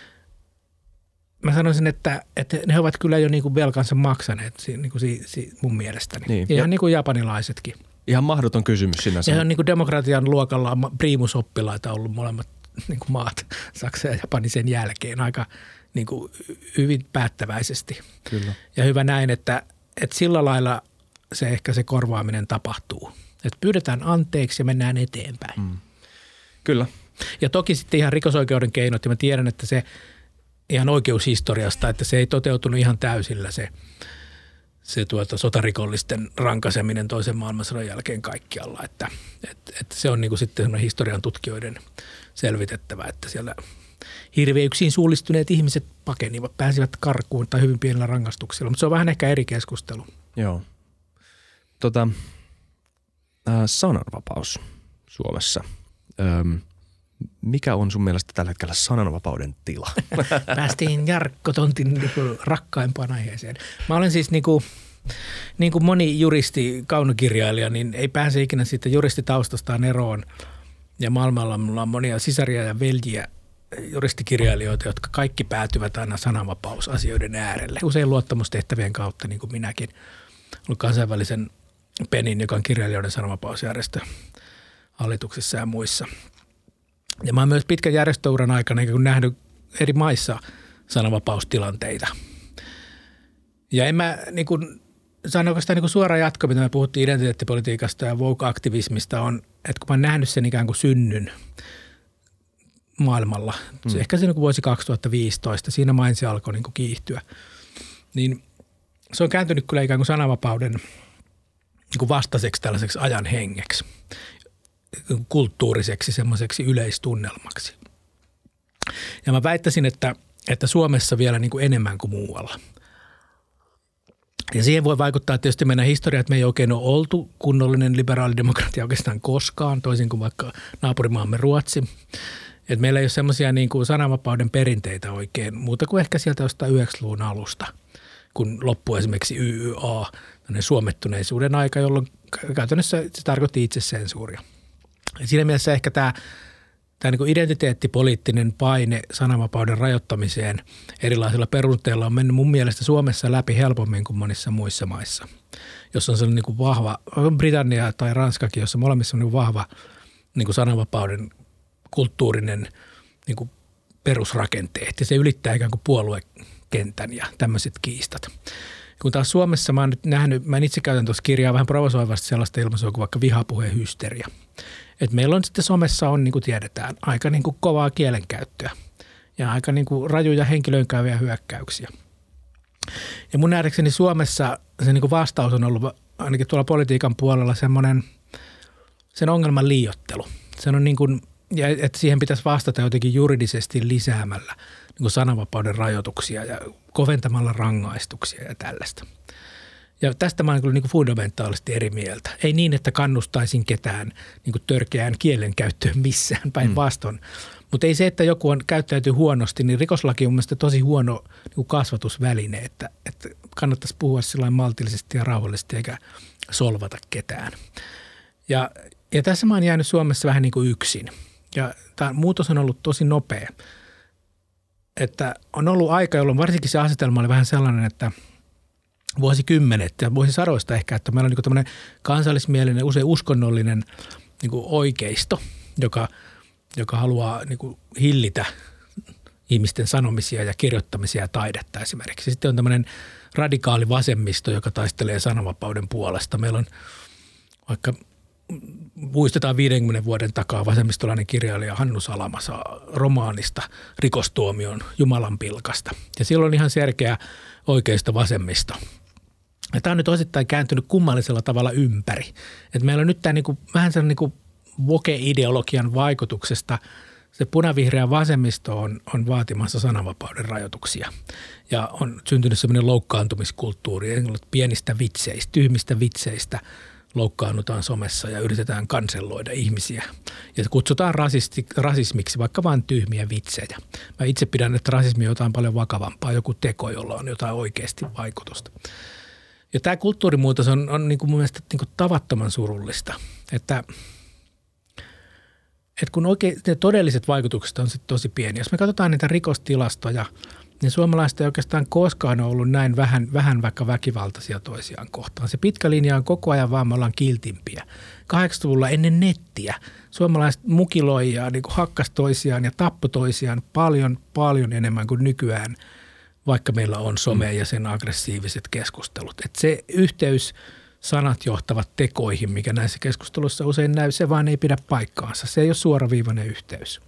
mä sanoisin, että ne ovat kyllä jo niin kuin velkansa maksaneet niin kuin mun mielestäni. Niin. Ihan niin kuin japanilaisetkin. Ihan mahdoton kysymys sinänsä. Ja on niin kuin demokratian luokalla primusoppilaita ollut molemmat niin kuin maat, Saksa ja Japani sen jälkeen aika niin kuin hyvin päättäväisesti. Kyllä. Ja hyvä näin, että sillä lailla se korvaaminen tapahtuu. Että pyydetään anteeksi ja mennään eteenpäin. Kyllä. Ja toki sitten ihan rikosoikeuden keinot, ja mä tiedän, että se ihan oikeushistoriasta, että se ei toteutunut ihan täysillä se sotarikollisten rankaiseminen toisen maailmansodan jälkeen kaikkialla. Että se on niin kuin sitten historian tutkijoiden selvitettävä, että siellä hirveyksiin suullistuneet ihmiset pakenivat, pääsivät karkuun tai hyvin pienellä rangaistuksella, mutta se on vähän ehkä eri keskustelu. Joo. Sananvapaus Suomessa. Mikä on sun mielestä tällä hetkellä sananvapauden tila? Päästiin Jarkko Tontin rakkaimpaan aiheeseen. Mä olen siis niin kuin moni juristi, kaunokirjailija, niin ei pääse ikinä siitä juristitaustastaan eroon. Ja maailmalla mulla on monia sisaria ja veljiä juristikirjailijoita, jotka kaikki päätyvät aina sananvapausasioiden äärelle. Usein luottamustehtävien kautta, niin kuin minäkin. Olen kansainvälisen PENin, joka on kirjailijoiden sananvapausjärjestö hallituksessa ja muissa. Ja mä oon myös pitkän järjestöuran aikana nähnyt eri maissa sananvapaustilanteita. Ja en mä niin kuin, sanon oikeastaan niin kuin suora jatko, mitä me puhuttiin identiteettipolitiikasta ja woke-aktivismista on, että kun mä oon nähnyt sen ikään kuin synnyn maailmalla, ehkä siinä kuin vuosi 2015, siinä mainitsi alkoi niin kuin kiihtyä, niin se on kääntynyt kyllä ikään kuin sananvapauden niin kuin vastaiseksi tällaiseksi ajan hengeksi, kulttuuriseksi semmoiseksi yleistunnelmaksi. Ja mä väittäisin, että Suomessa vielä niin kuin enemmän kuin muualla. Ja siihen voi vaikuttaa tietysti meidän historia, että me ei oikein ole oltu kunnollinen liberaalidemokratia oikeastaan koskaan, toisin kuin vaikka naapurimaamme Ruotsi. Että meillä ei ole semmoisia niin kuin sananvapauden perinteitä oikein, muuta kuin ehkä sieltä jostain 90-luvun alusta, kun loppui esimerkiksi YYA, suomettuneisuuden aika, jolloin käytännössä se tarkoitti itsesensuuria. Ja siinä mielessä ehkä tämä niin kuin identiteettipoliittinen paine sananvapauden rajoittamiseen erilaisilla perusteilla on mennyt mun mielestä Suomessa läpi helpommin kuin monissa muissa maissa. Jos on sellainen niin kuin vahva, Britannia tai Ranskakin, jossa molemmissa on niin vahva niin kuin sananvapauden kulttuurinen niin kuin perusrakenteet ja se ylittää ikään kuin puoluekentän ja tämmöiset kiistat. Kun taas Suomessa mä oon nyt nähnyt, mä itse käytän tuossa kirjaa vähän provosoivasti sellaista ilmaisua kuin vaikka vihapuheen hysteria. Et meillä on sitten somessa on, niin kuin tiedetään, aika niin kuin kovaa kielenkäyttöä ja aika niin kuin rajuja henkilöön käyviä hyökkäyksiä. Ja mun nähdäkseni Suomessa se niin kuin vastaus on ollut ainakin tuolla politiikan puolella semmoinen sen ongelman liioittelu. Se on niin kuin, ja että siihen pitäisi vastata jotenkin juridisesti lisäämällä niin kuin sananvapauden rajoituksia ja koventamalla rangaistuksia ja tällaista. Ja tästä mä olen kyllä niin kuin fundamentaalisesti eri mieltä. Ei niin, että kannustaisin ketään niin kuin törkeään kielenkäyttöön missään päinvastoin. Mutta ei se, että joku on käyttäytyy huonosti, niin rikoslaki on mielestäni tosi huono niin kuin kasvatusväline, että kannattaisi puhua sillain maltillisesti ja rauhallisesti eikä solvata ketään. Ja tässä mä oon jäänyt Suomessa vähän niin kuin yksin. Ja tämä muutos on ollut tosi nopea. Että on ollut aika, jolloin varsinkin se asetelma oli vähän sellainen, että vuosikymmenet ja vuosisadoista ehkä, että meillä on niin tämmöinen kansallismielinen, usein uskonnollinen niin oikeisto, joka haluaa niin hillitä ihmisten sanomisia ja kirjoittamisia ja taidetta esimerkiksi. Sitten on tämmöinen radikaali vasemmisto, joka taistelee sananvapauden puolesta. Meillä on vaikka muistetaan 50 vuoden takaa vasemmistolainen kirjailija Hannu Salamasa romaanista Rikostuomion Jumalan pilkasta. Ja silloin on ihan selkeä oikeisto vasemmisto. Ja tämä on nyt osittain kääntynyt kummallisella tavalla ympäri. Et meillä on nyt tämä niinku, vähän sellainen niinku woke-ideologian vaikutuksesta se punavihreä vasemmisto on vaatimassa sananvapauden rajoituksia. Ja on syntynyt sellainen loukkaantumiskulttuuri, pienistä vitseistä, tyhmistä vitseistä loukkaannutaan somessa ja yritetään kanselloida ihmisiä. Ja kutsutaan rasismiksi vaikka vain tyhmiä vitsejä. Mä itse pidän, että rasismi on jotain paljon vakavampaa, joku teko, jolla on jotain oikeasti vaikutusta. Ja tämä kulttuurimuutos on niin kuin mun mielestä niin kuin tavattoman surullista, että kun oikein ne todelliset vaikutukset on sitten tosi pieniä. Jos me katsotaan niitä rikostilastoja, niin suomalaiset ei oikeastaan koskaan ollut näin vähän vaikka väkivaltaisia toisiaan kohtaan. Se pitkä linja on koko ajan vaan me ollaan kiltimpiä. 80-luvulla ennen nettiä suomalaiset mukiloi ja niin kuin hakkas toisiaan ja tappoi toisiaan paljon enemmän kuin nykyään, vaikka meillä on some ja sen aggressiiviset keskustelut. Et se yhteys, sanat johtavat tekoihin, mikä näissä keskusteluissa usein näy, se vaan ei pidä paikkaansa. Se ei ole suoraviivainen yhteys.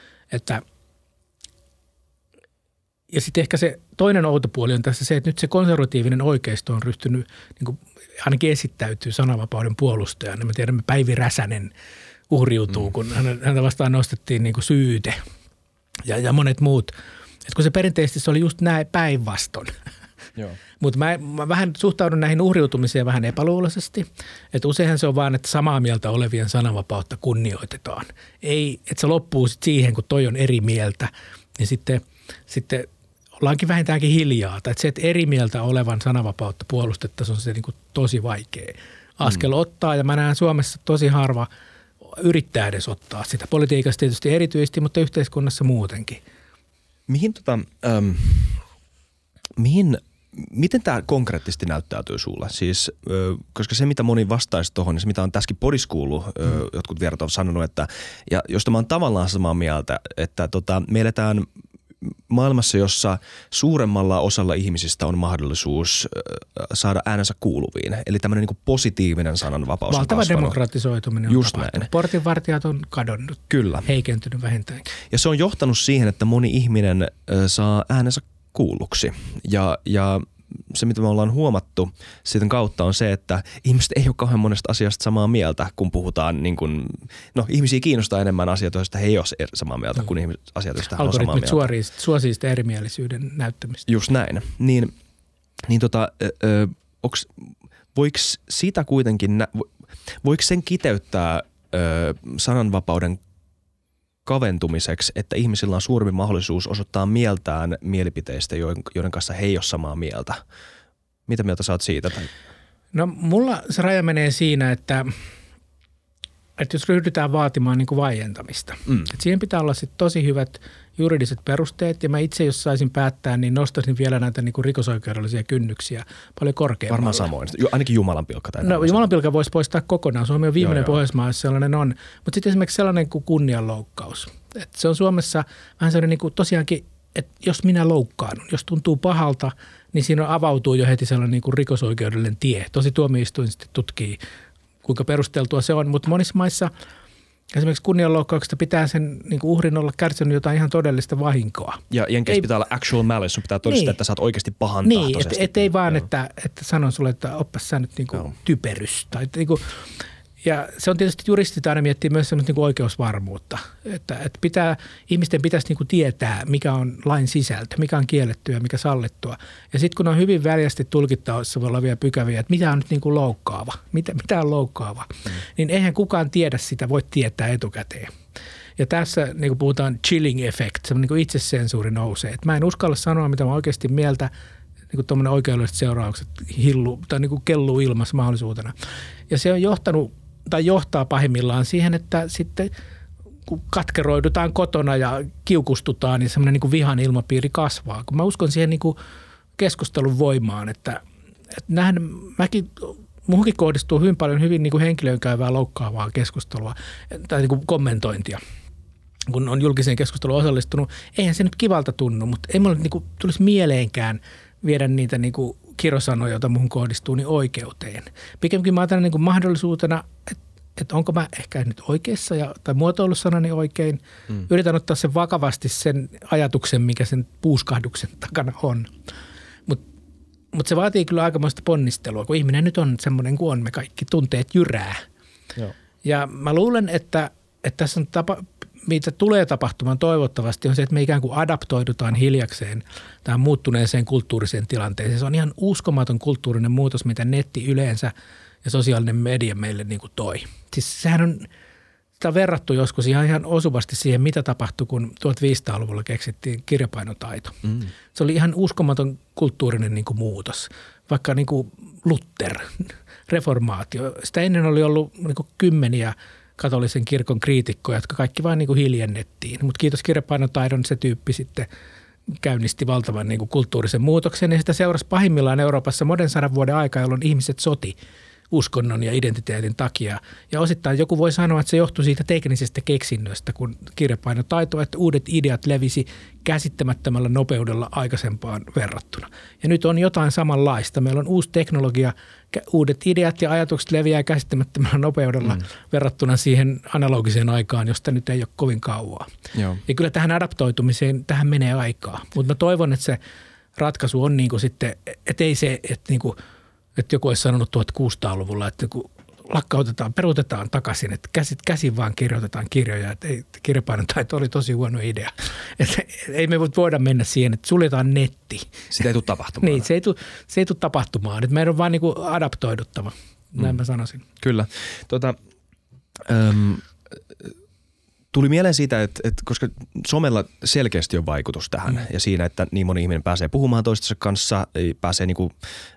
Ja sitten ehkä se toinen outo puoli on tässä se, että nyt se konservatiivinen oikeisto on ryhtynyt, niin kuin ainakin esittäytyy sananvapauden puolustajana. Me tiedämme, Päivi Räsänen uhriutuu, kun häntä vastaan nostettiin niin kuin syyte ja monet muut. Et kun se perinteisesti se oli just näin päinvastoin. Mutta mä vähän suhtaudun näihin uhriutumiseen vähän epäluuloisesti. Että useinhan se on vaan, että samaa mieltä olevien sananvapautta kunnioitetaan. Ei, että se loppuu sit siihen, kun toi on eri mieltä, niin sitten ollaankin vähintäänkin hiljaa. Tai että se, että eri mieltä olevan sananvapautta puolustettaisiin, on se niin kuin tosi vaikea askel ottaa. Ja mä näen Suomessa tosi harva yrittää edes ottaa sitä. Politiikassa tietysti erityisesti, mutta yhteiskunnassa muutenkin. Miten tämä konkreettisesti näyttäytyy sulle? Siis, koska se, mitä moni vastaisi tuohon, niin se, mitä on tässäkin podissa kuullut, jotkut vierat on sanonut, että, ja josta mä oon tavallaan samaa mieltä, että me eletään maailmassa, jossa suuremmalla osalla ihmisistä on mahdollisuus saada äänensä kuuluviin. Eli tämmöinen niin kuin positiivinen sananvapaus on valtava kasvanut. demokratisoituminen on just tapahtunut. näin. Portinvartijat on kadonnut, Kyllä. heikentynyt vähintäänkin. Ja se on johtanut siihen, että moni ihminen saa äänensä kuulluksi. Ja se, mitä me ollaan huomattu siitä kautta on se, että ihmiset ei ole kauhean monesta asiasta samaa mieltä, kun puhutaan niin kuin, ihmisiä kiinnostaa enemmän asiat, joista he ei ole samaa mieltä kuin asiat, joista he on samaa mieltä. Algoritmit suosii sitä erimielisyyden näyttämistä. Just näin. Voiko sitä kuitenkin, voiko sen kiteyttää sananvapauden kaventumiseksi, että ihmisillä on suurempi mahdollisuus osoittaa mieltään mielipiteistä, joiden kanssa he ei ole samaa mieltä. Mitä mieltä sä oot siitä? No mulla se raja menee siinä, että jos ryhdytään vaatimaan niin kuin vaientamista. Että siihen pitää olla sit tosi hyvät juridiset perusteet ja mä itse, jos saisin päättää, niin nostaisin vielä näitä niin kuin rikosoikeudellisia kynnyksiä paljon korkeammalle. Varmaan samoin. Ainakin jumalanpilkka. No jumalanpilkka voisi poistaa kokonaan. Suomi on viimeinen Pohjoismaa, jos sellainen on. Mutta sitten esimerkiksi sellainen kuin kunnianloukkaus. Et se on Suomessa vähän sellainen niin kuin tosiaankin, että jos minä loukkaan, jos tuntuu pahalta, niin siinä avautuu jo heti sellainen niin kuin rikosoikeudellinen tie. Tosi tuomioistuin sitten tutkii, kuinka perusteltua se on, mutta monissa maissa esimerkiksi kunnianloukkauksesta pitää sen niin kuin uhrin olla kärsinyt jotain ihan todellista vahinkoa. Ja jenkeissä pitää olla actual malice, sun pitää todistaa, että sä oot oikeasti pahantahtoisesti. Niin, ettei vaan, että sanon sulle, että oppas sä nyt niin kuin typerys. Tai, niin kuin, ja se on tietysti juristit aina miettii myös semmoista niin kuin oikeusvarmuutta, että ihmisten pitäisi niin kuin tietää, mikä on lain sisältö, mikä on kiellettyä ja mikä sallittua. Ja sitten kun on hyvin väljästi tulkittavissa olevia pykäviä, että mitä on nyt niin kuin loukkaava, mitä on loukkaava, niin eihän kukaan tiedä sitä, voi tietää etukäteen. Ja tässä niin kuin puhutaan chilling effect, semmoinen niin kuin itsesensuuri nousee. Et mä en uskalla sanoa, mitä mä oikeasti mieltä, niin kuin tuommoinen oikeudelliset seuraukset tai niin kuin kelluu ilmassa mahdollisuutena. Ja se on johtaa pahimmillaan siihen, että sitten kun katkeroidutaan kotona ja kiukustutaan, niin semmoinen niin kuin vihan ilmapiiri kasvaa. Kun mä uskon siihen niin kuin keskustelun voimaan, että muuhunkin kohdistuu hyvin paljon hyvin niin kuin henkilöön käyvää loukkaavaa keskustelua tai niin kuin kommentointia. Kun on julkiseen keskusteluun osallistunut, eihän se nyt kivalta tunnu, mutta ei mulle niin kuin tulisi mieleenkään viedä niitä niin kuin kirosanoja, joita muuhun kohdistuu, niin oikeuteen. Pikemminkin mä ajattelen niin kuin mahdollisuutena, että onko mä ehkä nyt oikeassa tai muotoillut sanani oikein. Yritän ottaa sen vakavasti sen ajatuksen, mikä sen puuskahduksen takana on. Mutta se vaatii kyllä aikamoista ponnistelua, kun ihminen nyt on semmoinen kuin on. Me kaikki tunteet jyrää. Joo. Ja mä luulen, että tässä on mitä tulee tapahtumaan toivottavasti on se, että me ikään kuin adaptoidutaan hiljakseen tähän muuttuneeseen kulttuuriseen tilanteeseen. Se on ihan uskomaton kulttuurinen muutos, mitä netti yleensä ja sosiaalinen media meille niin kuin toi. Siis sehän on, sitä on verrattu joskus ihan osuvasti siihen, mitä tapahtui, kun 1500-luvulla keksittiin kirjapainotaito. Se oli ihan uskomaton kulttuurinen niin kuin muutos, vaikka niin kuin Luther, reformaatio. Sitä ennen oli ollut niin kuin kymmeniä katolisen kirkon kriitikkoja, jotka kaikki vain niin kuin hiljennettiin. Mutta kiitos kirjapainotaidon se tyyppi sitten käynnisti valtavan niin kuin kulttuurisen muutoksen ja sitä seurasi pahimmillaan Euroopassa monen 100 vuoden aikaa, jolloin ihmiset soti uskonnon ja identiteetin takia. Ja osittain joku voi sanoa, että se johtui siitä teknisestä keksinnöstä, kun kirjapainotaito, että uudet ideat levisi käsittämättömällä nopeudella aikaisempaan verrattuna. Ja nyt on jotain samanlaista. Meillä on uusi teknologia, uudet ideat ja ajatukset leviää käsittämättömällä nopeudella verrattuna siihen analogiseen aikaan, josta nyt ei ole kovin kauaa. Joo. Ja kyllä tähän adaptoitumiseen, tähän menee aikaa. Mutta mä toivon, että se ratkaisu on niin kuin sitten, että ei se, että niin kuin että joku olisi sanonut 1600-luvulla, että kun peruutetaan takaisin, että käsin vaan kirjoitetaan kirjoja, että kirjapainotaito oli tosi huono idea. Että ei me voida mennä siihen, että suljetaan netti. Sitä ei tule tapahtumaan. Niin, se ei tule tapahtumaan. Että meidän on vaan niin kuin adaptoiduttava, näin mä sanoisin. Kyllä. Tuli mieleen siitä, että koska somella selkeästi on vaikutus tähän ja siinä, että niin moni ihminen pääsee puhumaan toistensa kanssa, pääsee niinku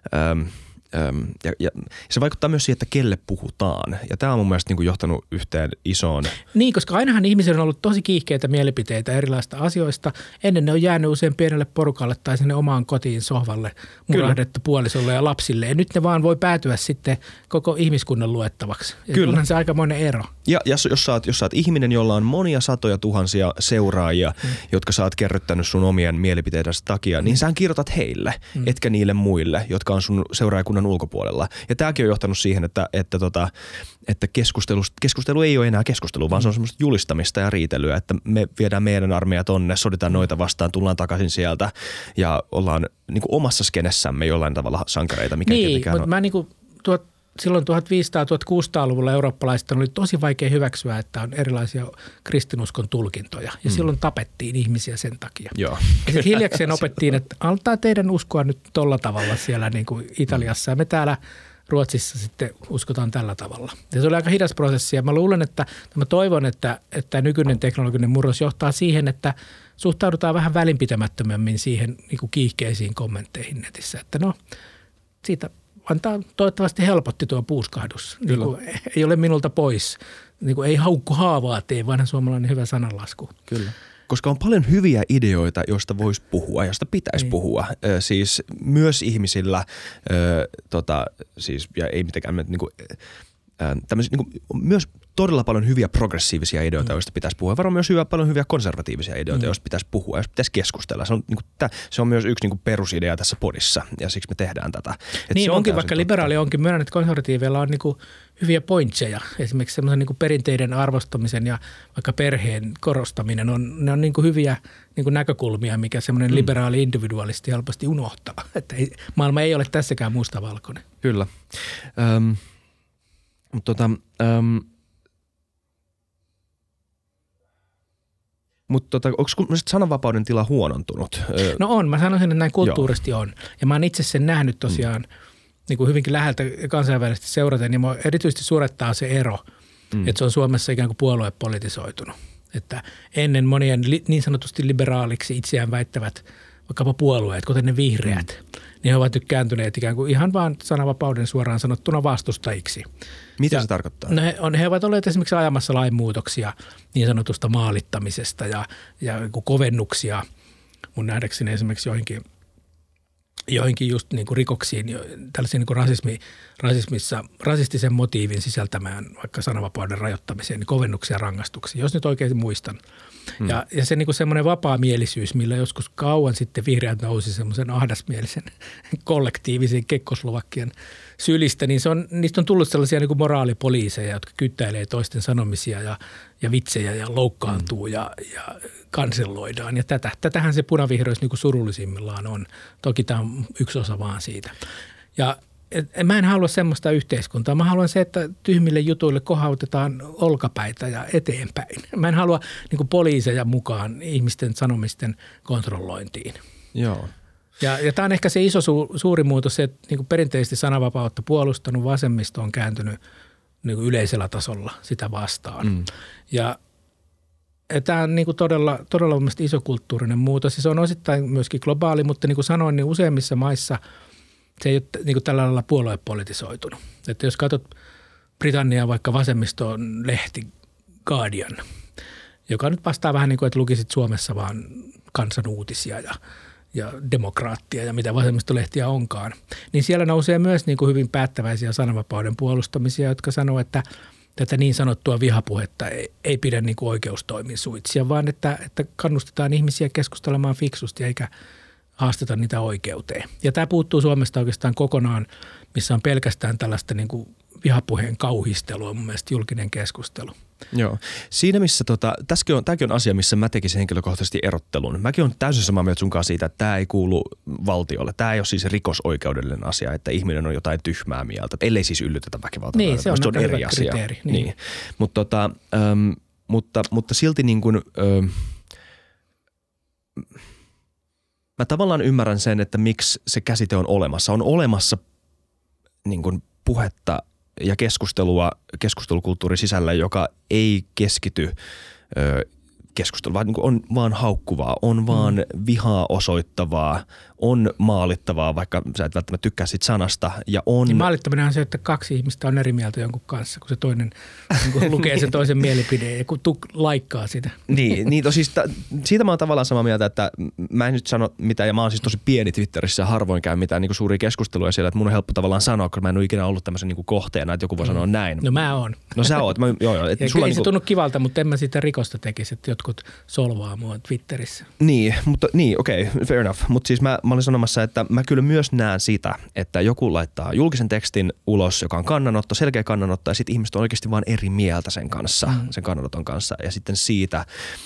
ja se vaikuttaa myös siihen, että kelle puhutaan. Ja tämä on mun mielestä niin kuin johtanut yhteen isoon. Niin, koska ainahan ihmisillä on ollut tosi kiihkeitä mielipiteitä erilaisista asioista. Ennen ne on jäänyt usein pienelle porukalle tai sinne omaan kotiin sohvalle murahdettu puolisolle ja lapsille. Ja nyt ne vaan voi päätyä sitten koko ihmiskunnan luettavaksi. Ja onhan se aikamoinen ero. Ja jos sä oot ihminen, jolla on monia satoja tuhansia seuraajia, jotka sä oot kerryttänyt sun omien mielipiteidensä takia, niin sä kirjoitat heille, etkä niille muille, jotka on sun seuraajakunnan ulkopuolella. Ja tämäkin on johtanut siihen, että keskustelu ei ole enää keskustelu, vaan se on semmoista julistamista ja riitelyä, että me viedään meidän armeijat tonne, soditaan noita vastaan, tullaan takaisin sieltä ja ollaan niin kuin omassa skenessämme jollain tavalla sankareita, mikä niin, mutta mä niin kuin silloin 1500-1600-luvulla eurooppalaisten oli tosi vaikea hyväksyä, että on erilaisia kristinuskon tulkintoja. Ja silloin tapettiin ihmisiä sen takia. Joo. Ja hiljakseen opettiin, että antaa teidän uskoa nyt tolla tavalla siellä niin kuin Italiassa. Ja me täällä Ruotsissa sitten uskotaan tällä tavalla. Ja se oli aika hidas prosessi. Ja mä luulen, mä toivon, että nykyinen teknologinen murros johtaa siihen, että suhtaudutaan vähän välinpitämättömämmin siihen niin kuin kiihkeisiin kommentteihin netissä. Että no, siitä antaa toivottavasti helpotti tuo puuskahdus. Niin ei ole minulta pois. Niin ei haukku haavaa tee, vanha suomalainen hyvä sananlasku. Kyllä. Koska on paljon hyviä ideoita, joista voisi puhua, joista pitäisi puhua. Siis myös ihmisillä, siis, ja ei mitenkään myös todella paljon hyviä progressiivisia ideoita, joista pitäisi puhua. Varmaan myös paljon hyviä konservatiivisia ideoita, joista pitäisi puhua, joista pitäisi keskustella. Se on myös yksi perusidea tässä podissa ja siksi me tehdään tätä. Niin onkin, vaikka liberaali onkin. Myönnän, että konservatiiveilla on hyviä pointseja. Esimerkiksi semmoisen perinteiden arvostamisen ja vaikka perheen korostaminen ne on hyviä näkökulmia, mikä semmoinen liberaali individualisti helposti unohtaa. Että maailma ei ole tässäkään mustavalkoinen. Kyllä. Mutta onko sananvapauden tila huonontunut? No on. Mä sanoisin, että näin kulttuurisesti on. Ja mä oon itse sen nähnyt tosiaan niin kuin hyvinkin läheltä kansainvälisesti seuraten. Ja mua erityisesti surettaa se ero, että se on Suomessa ikään kuin puoluepolitisoitunut. Että ennen monien niin sanotusti liberaaliksi itseään väittävät vaikkapa puolueet, kuten ne vihreät, niin he ovat nyt kääntyneet ikään kuin ihan vaan sananvapauden suoraan sanottuna vastustajiksi. Mitä se tarkoittaa? No he ovat olleet esimerkiksi ajamassa lainmuutoksia niin sanotusta maalittamisesta ja kovennuksia. Mun nähdäkseni esimerkiksi joihinkin just niin kuin rikoksiin, tällaisiin niin kuin rasistisen motiivin sisältämään vaikka sananvapauden rajoittamiseen, niin kovennuksia rangaistuksia, jos nyt oikein muistan. Ja se niin kuin semmoinen vapaamielisyys, millä joskus kauan sitten vihreät nousi semmoisen ahdasmielisen kollektiivisen Kekkoslovakian sylistä, niin niistä on tullut sellaisia niin kuin moraalipoliiseja, jotka kyttäilee toisten sanomisia ja vitsejä ja loukkaantuu ja kanselloidaan. Ja tätähän se punavihreys niin kuin surullisimmillaan on. Toki tämä on yksi osa vaan siitä. Ja mä en halua semmoista yhteiskuntaa. Mä haluan se, että tyhmille jutuille kohautetaan olkapäitä ja eteenpäin. Mä en halua niin kuin poliiseja mukaan ihmisten sanomisten kontrollointiin. Joo. Ja tämä on ehkä se iso suuri muutos, että niin kuin perinteisesti sananvapautta puolustanut vasemmisto on kääntynyt niin kuin yleisellä tasolla sitä vastaan. Ja tämä on niin kuin todella mielestäni iso kulttuurinen muutos. Ja se on osittain myöskin globaali, mutta niin kuin sanoin, niin useimmissa maissa se ei ole niin kuin tällä lailla puoluepolitisoitunut. Että jos katsot Britannian vaikka vasemmiston lehti Guardian joka nyt vastaa vähän niin kuin, että lukisit Suomessa vaan Kansan uutisia ja Demokraattia ja mitä vasemmistolehtiä onkaan. Niin siellä nousee myös niin kuin hyvin päättäväisiä sananvapauden puolustamisia, jotka sanoo, että tätä niin sanottua vihapuhetta ei pidä niin kuin oikeustoimin suitsia, vaan että kannustetaan ihmisiä keskustelemaan fiksusti eikä haasteta niitä oikeuteen. Ja tämä puuttuu Suomesta oikeastaan kokonaan, missä on pelkästään tällaista niin kuin vihapuheen kauhistelua, mun mielestä julkinen keskustelu. Joo. Siinä missä, tämäkin on asia, missä mä tekisin henkilökohtaisesti erottelun. Mäkin olen täysin samaa mieltä sunkaan siitä, että tämä ei kuulu valtiolle. Tämä ei ole siis rikosoikeudellinen asia, että ihminen on jotain tyhmää mieltä, ellei siis yllytetä väkivaltaa. Niin, se on eri asia. Kriteeri. Niin. Mutta silti niin kuin, mä tavallaan ymmärrän sen, että miksi se käsite on olemassa. On olemassa niin kuin puhetta ja keskustelukulttuuri sisällä, joka ei keskity keskusteluun, vaan niin kuin on vaan haukkuvaa, on vaan vihaa osoittavaa, on maalittavaa, vaikka sä et välttämättä tykkää siitä sanasta. Ja on... Niin maalittaminen on se, että kaksi ihmistä on eri mieltä jonkun kanssa, kun se toinen niin lukee sen toisen mielipideen ja kun laikkaa sitä. Niin siis siitä mä oon tavallaan samaa mieltä, että mä en nyt sano mitään, ja mä oon siis tosi pieni Twitterissä ja harvoin käy mitään niin kuin suuria keskusteluja siellä, että mun on helppo tavallaan sanoa, koska mä en ole ikinä ollut tämmöisen niin kuin kohteena, että joku voi sanoa näin. No mä oon. No sä oot. Joo. Ei se tunnu kivalta, mutta en mä siitä rikosta tekisi, että jotkut solvaa mua Twitterissä. Niin, okei, fair enough. Mutta siis mä olin sanomassa, että mä kyllä myös näen sitä, että joku laittaa julkisen tekstin ulos, joka on kannanotto, selkeä kannanotto, ja sitten ihmiset on oikeasti vaan eri mieltä sen kanssa, sen kannanoton kanssa, ja sitten sitä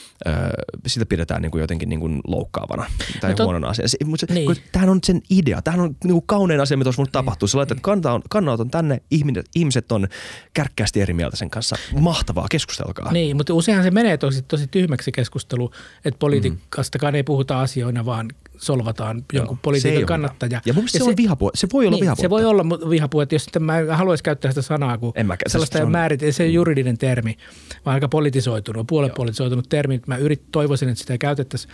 pidetään niin kuin jotenkin niin kuin loukkaavana tai huonona asiana. Niin. Tämähän on sen idea. Tämähän on niin kuin kaunein asia, mitä olisi voinut tapahtua. Sä laitat kannanoton tänne, ihmiset on kärkkäästi eri mieltä sen kanssa. Mahtavaa, keskustelkaa. Niin, mutta useinhan se menee tosi tyhmäksi keskustelu, että politiikastakaan ei puhuta asioina, vaan solvataan jonkun politiikan kannattaja. Ja mun mielestä se on vihapuhe. Se voi olla vihapuhe. Se voi olla vihapuhe, jos sitten mä haluaisin käyttää sitä sanaa, kun sellaista ei määritä, se on juridinen termi, vaan aika politisoitunut, puolepolitisoitunut termi. Mä toivoisin, että sitä ei käytettäisi.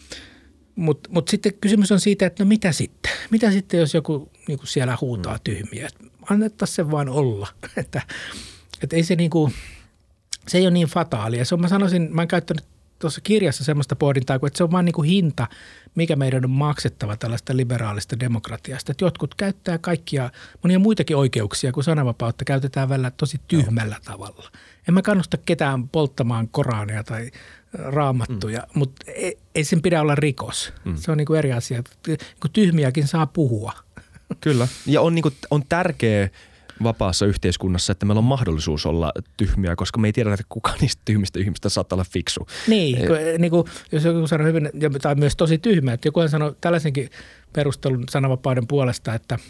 Mutta sitten kysymys on siitä, että no mitä sitten? Mitä sitten, jos joku niin kuin siellä huutaa tyhmiä? Annettaisiin se vaan olla. että ei se niin kuin, se ei ole niin fataalia. Se on, mä sanoisin, mä oon käyttänyt tuossa kirjassa semmoista pohdintaa, että se on vaan niin kuin hinta, mikä meidän on maksettava tällaista liberaalista demokratiasta. Että jotkut käyttää monia muitakin oikeuksia kuin sananvapautta käytetään välillä tosi tyhmällä tavalla. En mä kannusta ketään polttamaan Korania tai Raamattuja, mutta ei sen pidä olla rikos. Se on niin kuin eri asia. Tyhmiäkin saa puhua. Kyllä. Ja on tärkeää vapaassa yhteiskunnassa, että meillä on mahdollisuus olla tyhmiä, koska me ei tiedä, että kuka niistä tyhmistä ihmistä saattaa olla fiksu. Niin kuin jos joku sanoo hyvin, tai myös tosi tyhmä, että joku sanoo tällaisenkin perustelun sananvapauden puolesta, että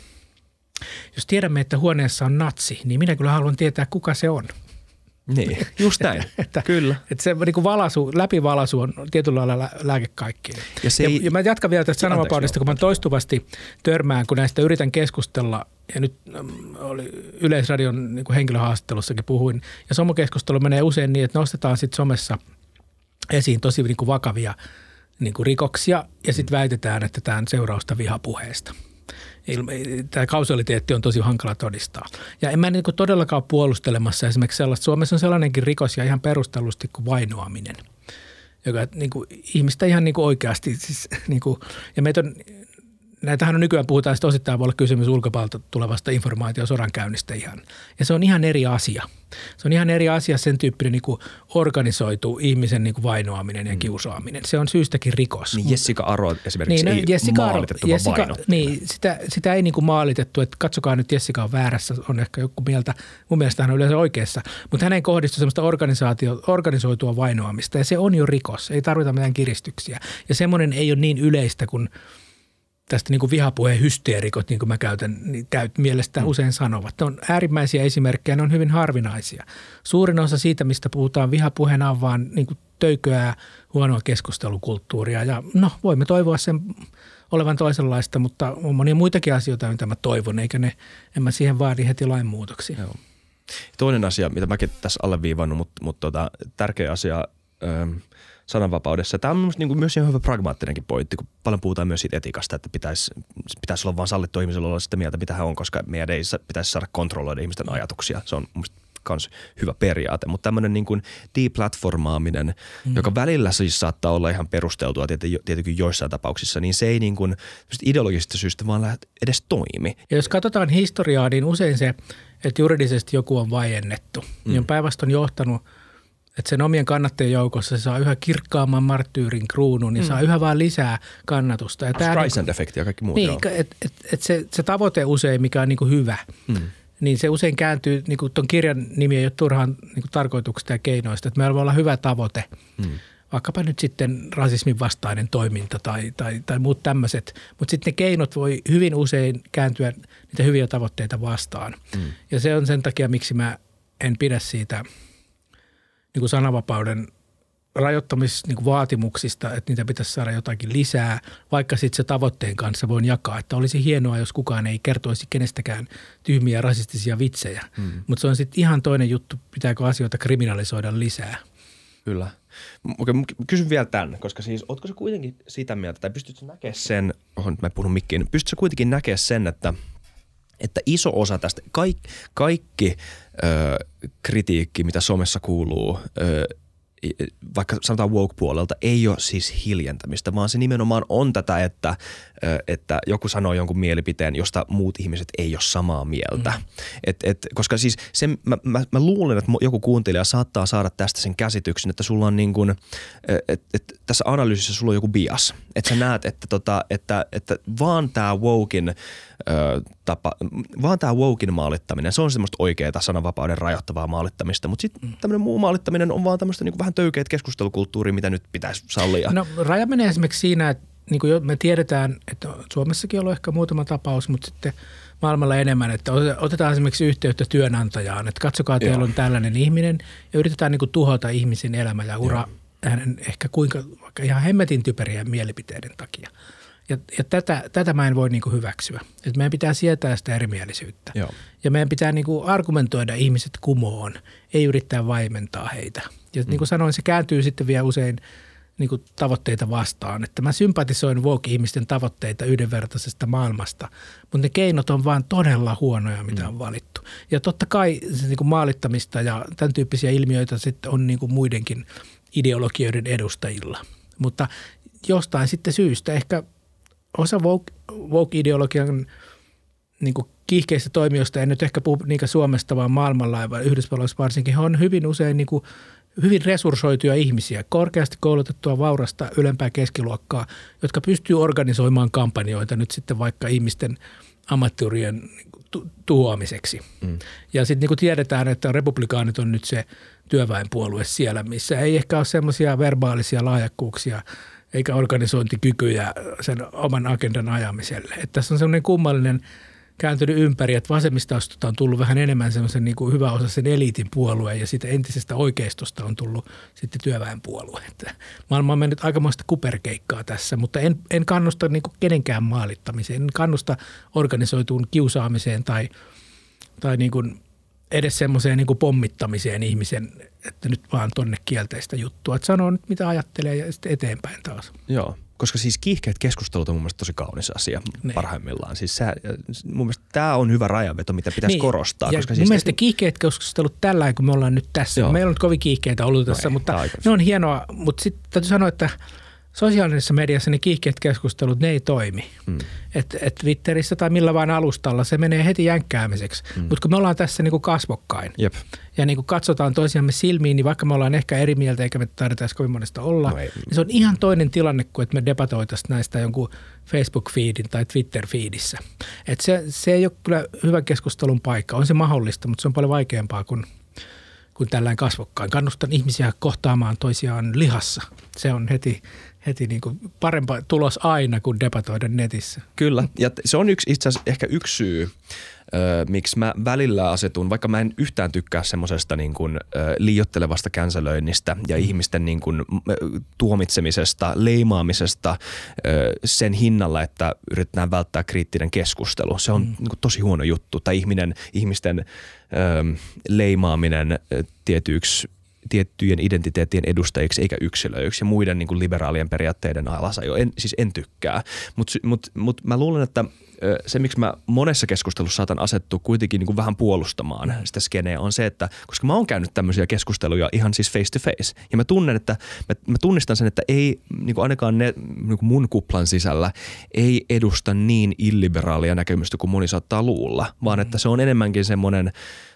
jos tiedämme, että huoneessa on natsi, niin minä kyllä haluan tietää, kuka se on. Niin, just näin. Kyllä. Että se niin kuin läpivalaisu on tietyllä lailla lääke kaikkeen. Ja mä jatkan vielä tästä sananvapaudesta, kun mä toistuvasti törmään, kun näistä yritän keskustella, ja nyt oli Yleisradion niin kuin henkilöhaastattelussakin puhuin, ja somokeskustelu menee usein niin, että nostetaan sitten somessa esiin tosi niin kuin vakavia niin kuin rikoksia, ja sitten väitetään, että tämä on seurausta vihapuheesta. Tämä kausaliteetti on tosi hankala todistaa. Ja en mä niin kuin todellakaan puolustelemassa esimerkiksi sellaista. Suomessa on sellainenkin rikos ja ihan perustellusti kuin vainoaminen, joka niin kuin ihmistä ihan niin kuin oikeasti. Siis, niin kuin, ja meitä on, näitähän on nykyään puhutaan, että osittain voi olla kysymys ulkopuolelta tulevasta informaatiosodankäynnistä ihan. Ja se on ihan eri asia. Se on ihan eri asia sen tyyppinen niin kuin organisoitu ihmisen niin kuin vainoaminen ja kiusaaminen. Se on syystäkin rikos. Niin Jessica Aro esimerkiksi ei maalitettu, vaan vainottu. Niin, sitä ei niin kuin maalitettu, että katsokaa nyt Jessica on väärässä, on ehkä joku mieltä. Mun mielestä hän on yleensä oikeassa, mutta hänen kohdistuu semmoista organisoitua vainoamista ja se on jo rikos. Ei tarvita mitään kiristyksiä ja semmoinen ei ole niin yleistä kuin tästä niin kuin vihapuheen hysteerikot, niin kuin mä mielestään usein sanovat. Ne on äärimmäisiä esimerkkejä, ne on hyvin harvinaisia. Suurin osa siitä, mistä puhutaan vihapuheena, on vaan niin kuin töyköää, huonoa keskustelukulttuuria. Ja no, voimme toivoa sen olevan toisenlaista, mutta on monia muitakin asioita, mitä mä toivon, en mä siihen vaadi heti lainmuutoksia. Joo. Toinen asia, mitä mäkin tässä alleviivannut, mutta tärkeä asia sananvapaudessa. Tämä on myös ihan hyvä pragmaattinenkin pointti, kun paljon puhutaan myös siitä etiikasta, että pitäisi olla vaan sallittua ihmisellä olla sitä mieltä, mitä he on, koska meidän ei pitäisi saada kontrolloida ihmisten ajatuksia. Se on kans hyvä periaate, mutta tämmöinen niin kuin deplatformaaminen, joka välillä siis saattaa olla ihan perusteltua tietenkin joissain tapauksissa, niin se ei niin kuin ideologisista syystä vaan edes toimi. Ja jos katsotaan historiaa, niin usein se, että juridisesti joku on vaiennettu, niin on päinvastoin johtanut, että sen omien kannattajien joukossa se saa yhä kirkkaamman marttyyrin kruunun ja saa yhä vaan lisää kannatusta. Streisand-efekti ja kaikki muut. Niin, että se tavoite usein, mikä on niin kuin hyvä, niin se usein kääntyy, niin kuin tuon kirjan nimi ei ole turhaan niin kuin tarkoituksesta ja keinoista, että meillä voi olla hyvä tavoite, vaikkapa nyt sitten rasismin vastainen toiminta tai muut tämmöiset, mutta sitten ne keinot voi hyvin usein kääntyä niitä hyviä tavoitteita vastaan. Ja se on sen takia, miksi mä en pidä siitä niin kuin sananvapauden rajoittamisvaatimuksista, että niitä pitäisi saada jotakin lisää, vaikka sitten se tavoitteen kanssa voin jakaa, että olisi hienoa, jos kukaan ei kertoisi kenestäkään tyhmiä rasistisia vitsejä. Mutta se on sitten ihan toinen juttu, pitääkö asioita kriminalisoida lisää. Kyllä. Okei, kysyn vielä tämän, koska siis ootko sä kuitenkin sitä mieltä, tai pystytkö näkemään sen, nyt mä en puhunut mikkiin, pystytkö sä kuitenkin näkemään sen, että iso osa tästä, kaikki kritiikki, mitä somessa kuuluu, vaikka sanotaan woke-puolelta, ei ole siis hiljentämistä, vaan se nimenomaan on tätä, että joku sanoo jonkun mielipiteen, josta muut ihmiset ei ole samaa mieltä. Koska siis mä luulen, että joku kuuntelija saattaa saada tästä sen käsityksen, että sulla on niin kuin, että tässä analyysissä sulla on joku bias. Että sä näet, että vaan tämä woken vaan tämä woken maalittaminen, se on semmoista oikeaa sananvapauden rajoittavaa maalittamista, mutta sitten tämmöinen muu maalittaminen on vaan tämmöistä niin vähän töykeät keskustelukulttuuria, mitä nyt pitäisi sallia. No raja menee esimerkiksi siinä, että niin kuin me tiedetään, että Suomessakin on ollut ehkä muutama tapaus, mutta sitten maailmalla enemmän, että otetaan esimerkiksi yhteyttä työnantajaan, että katsokaa, teillä on tällainen ihminen ja yritetään niin kuin tuhota ihmisen elämä ja ura hänen ehkä vaikka ihan hemmetin typeriä mielipiteiden takia. Ja tätä mä en voi niin kuin hyväksyä. Että meidän pitää sietää sitä erimielisyyttä. Joo. Ja meidän pitää niin kuin argumentoida ihmiset kumoon, ei yrittää vaimentaa heitä. Ja niin kuin sanoin, se kääntyy sitten vielä usein niin kuin tavoitteita vastaan. Että mä sympatisoin woke-ihmisten tavoitteita yhdenvertaisesta maailmasta, mutta ne keinot on vaan todella huonoja, mitä on valittu. Ja totta kai se niin kuin maalittamista ja tämän tyyppisiä ilmiöitä sitten on niin kuin muidenkin ideologioiden edustajilla. Mutta jostain sitten syystä ehkä osa woke-ideologian niin kuin kiihkeistä toimijoista, en nyt ehkä puhu niinkään Suomesta, vaan maailmalla ja Yhdysvalloissa varsinkin, he on hyvin usein niin kuin hyvin resurssoituja ihmisiä, korkeasti koulutettua vaurasta ylempää keskiluokkaa, jotka pystyy organisoimaan kampanjoita nyt sitten vaikka ihmisten ammattiurien tuhoamiseksi. Ja sitten niin kuin tiedetään, että republikaanit on nyt se työväenpuolue siellä, missä ei ehkä ole semmoisia verbaalisia lahjakkuuksia eikä organisointikykyjä sen oman agendan ajamiselle. Että tässä on semmoinen kummallinen kääntynyt ympäri, että vasemmistausta on tullut vähän enemmän semmoisen niin kuin hyväosaisen eliitin puolue ja siitä entisestä oikeistosta on tullut sitten työväenpuolue. Että maailma on mennyt aikamoista kuperkeikkaa tässä, mutta en kannusta niin kuin kenenkään maalittamiseen, en kannusta organisoituun kiusaamiseen tai niin kuin edes semmoiseen niin kuin pommittamiseen ihmisen, että nyt vaan tonne kielteistä juttua. Että sanoo nyt mitä ajattelee ja sitten eteenpäin taas. Joo, koska siis kiihkeät keskustelut on mun mielestä tosi kaunis asia parhaimmillaan. Siis mun mielestä tämä on hyvä rajanveto, mitä pitäisi korostaa. Ja koska mun siis mielestä kiihkeät keskustelut tällä kun me ollaan nyt tässä. Joo. Meillä on nyt kovin kiihkeitä ollut tässä, mutta ne on hienoa. Mutta sitten täytyy sanoa, että sosiaalisessa mediassa ne kiihkeät keskustelut, ne ei toimi. Et Twitterissä tai millä vaan alustalla se menee heti jänkkäämiseksi. Mutta kun me ollaan tässä niinku kasvokkain ja niinku katsotaan toisiamme silmiin, niin vaikka me ollaan ehkä eri mieltä eikä me taideta edes kovin monesta olla, niin se on ihan toinen tilanne kuin että me debatoitaisiin näistä jonkun Facebook-feedin tai Twitter-feedissä. Et se ei ole kyllä hyvän keskustelun paikka. On se mahdollista, mutta se on paljon vaikeampaa kuin tällainen kasvokkain. Kannustan ihmisiä kohtaamaan toisiaan lihassa. Se on heti niin kuin parempi tulos aina kuin debatoida netissä. Kyllä, ja se on itse asiassa ehkä yksi syy, miksi mä välillä asetun, vaikka mä en yhtään tykkää semmoisesta niin kuin liioittelevasta känselöinnistä ja ihmisten niin kuin tuomitsemisesta, leimaamisesta sen hinnalla, että yritetään välttää kriittinen keskustelu. Se on niin kuin tosi huono juttu. Tai ihmisten leimaaminen tietyiksi tiettyjen identiteettien edustajiksi eikä yksilöiksi ja muiden niin kuin liberaalien periaatteiden alasajo. En tykkää, mutta mä luulen, että se, miksi mä monessa keskustelussa saatan asettua kuitenkin niin kuin vähän puolustamaan sitä skeneä, on se, että koska mä oon käynyt tämmöisiä keskusteluja ihan siis face to face ja mä tunnistan sen, että ei niin kuin ainakaan ne niin kuin mun kuplan sisällä ei edusta niin illiberaalia näkemystä kuin moni saattaa luulla, vaan että se on enemmänkin semmoinen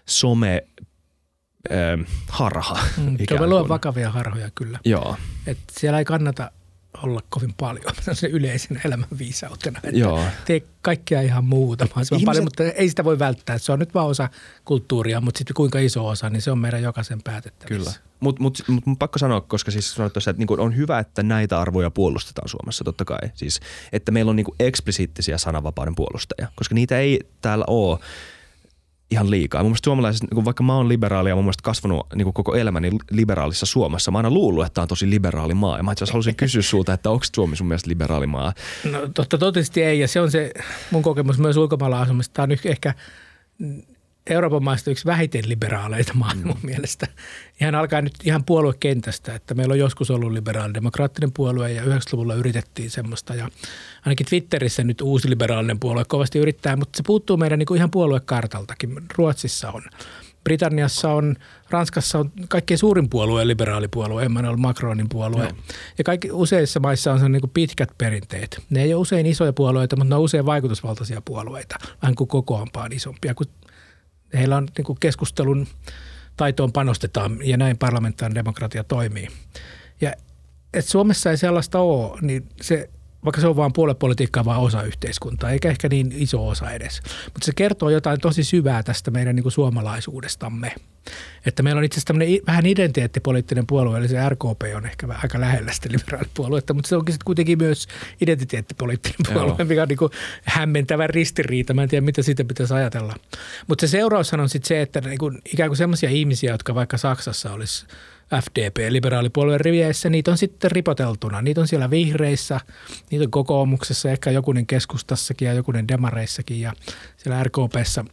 harha. Mä luon vakavia harhoja kyllä. Joo. Et siellä ei kannata olla kovin paljon se yleisenä elämän viisautena. Tee kaikkea ihan muuta. Paljon, mutta ei sitä voi välttää. Se on nyt vaan osa kulttuuria, mutta sitten kuinka iso osa, niin se on meidän jokaisen päätettävissä. Kyllä. Mutta pakko sanoa, koska siis sanoit tuossa, että niinku on hyvä, että näitä arvoja puolustetaan Suomessa totta kai. Siis, että meillä on niinku eksplisiittisiä sananvapauden puolustajia, koska niitä ei täällä ole ihan liikaa. Mun mielestä suomalaiset, niin vaikka mä oon liberaali ja mun mielestä kasvanut niin koko elämäni liberaalissa Suomessa, mä oon aina luullut, että tää on tosi liberaali maa. Ja mä itse asiassa halusin kysyä sulta, että onko Suomi sun mielestä liberaali maa? No totisesti ei, ja se on se mun kokemus myös ulkomailla asumista. Tää on ehkä Euroopan maista yksi vähiten liberaaleita maa mun mielestä. Ihan alkaa nyt ihan puoluekentästä, että meillä on joskus ollut liberaalidemokraattinen puolue ja 90-luvulla yritettiin semmoista ja ainakin Twitterissä nyt uusi liberaalinen puolue kovasti yrittää, mutta se puuttuu meidän niin kuin ihan puoluekartaltakin. Ruotsissa on, Britanniassa on, Ranskassa on kaikkein suurin puolue, liberaalipuolue, Emmanuel Macronin puolue. No. Ja useissa maissa on niin kuin pitkät perinteet. Ne ei ole usein isoja puolueita, mutta ne on usein vaikutusvaltaisia puolueita, vähän kuin kokoampaan isompia, kun heillä on niin kuin keskustelun taitoon panostetaan ja näin parlamentaarinen demokratia toimii. Ja että Suomessa ei sellaista ole, niin se, vaikka se on vaan puoluepolitiikkaa, vaan osa yhteiskuntaa, eikä ehkä niin iso osa edes. Mutta se kertoo jotain tosi syvää tästä meidän niin kuin suomalaisuudestamme. Että meillä on itse asiassa tämmöinen vähän identiteettipoliittinen puolue, eli se RKP on ehkä aika lähellä sitä liberaalipuoluetta, mutta se onkin sitten kuitenkin myös identiteettipoliittinen puolue, mikä on niin kuin hämmentävä ristiriita. Mä en tiedä, mitä siitä pitäisi ajatella. Mutta se seuraushan on sitten se, että niin kuin ikään kuin semmoisia ihmisiä, jotka vaikka Saksassa olisi FDP, liberaalipuolueen riveissä, niitä on sitten ripoteltuna. Niitä on siellä vihreissä, niitä on kokoomuksessa, ehkä jokunen keskustassakin ja jokunen demareissakin ja siellä RKP:ssä.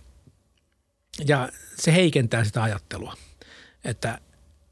Ja se heikentää sitä ajattelua, että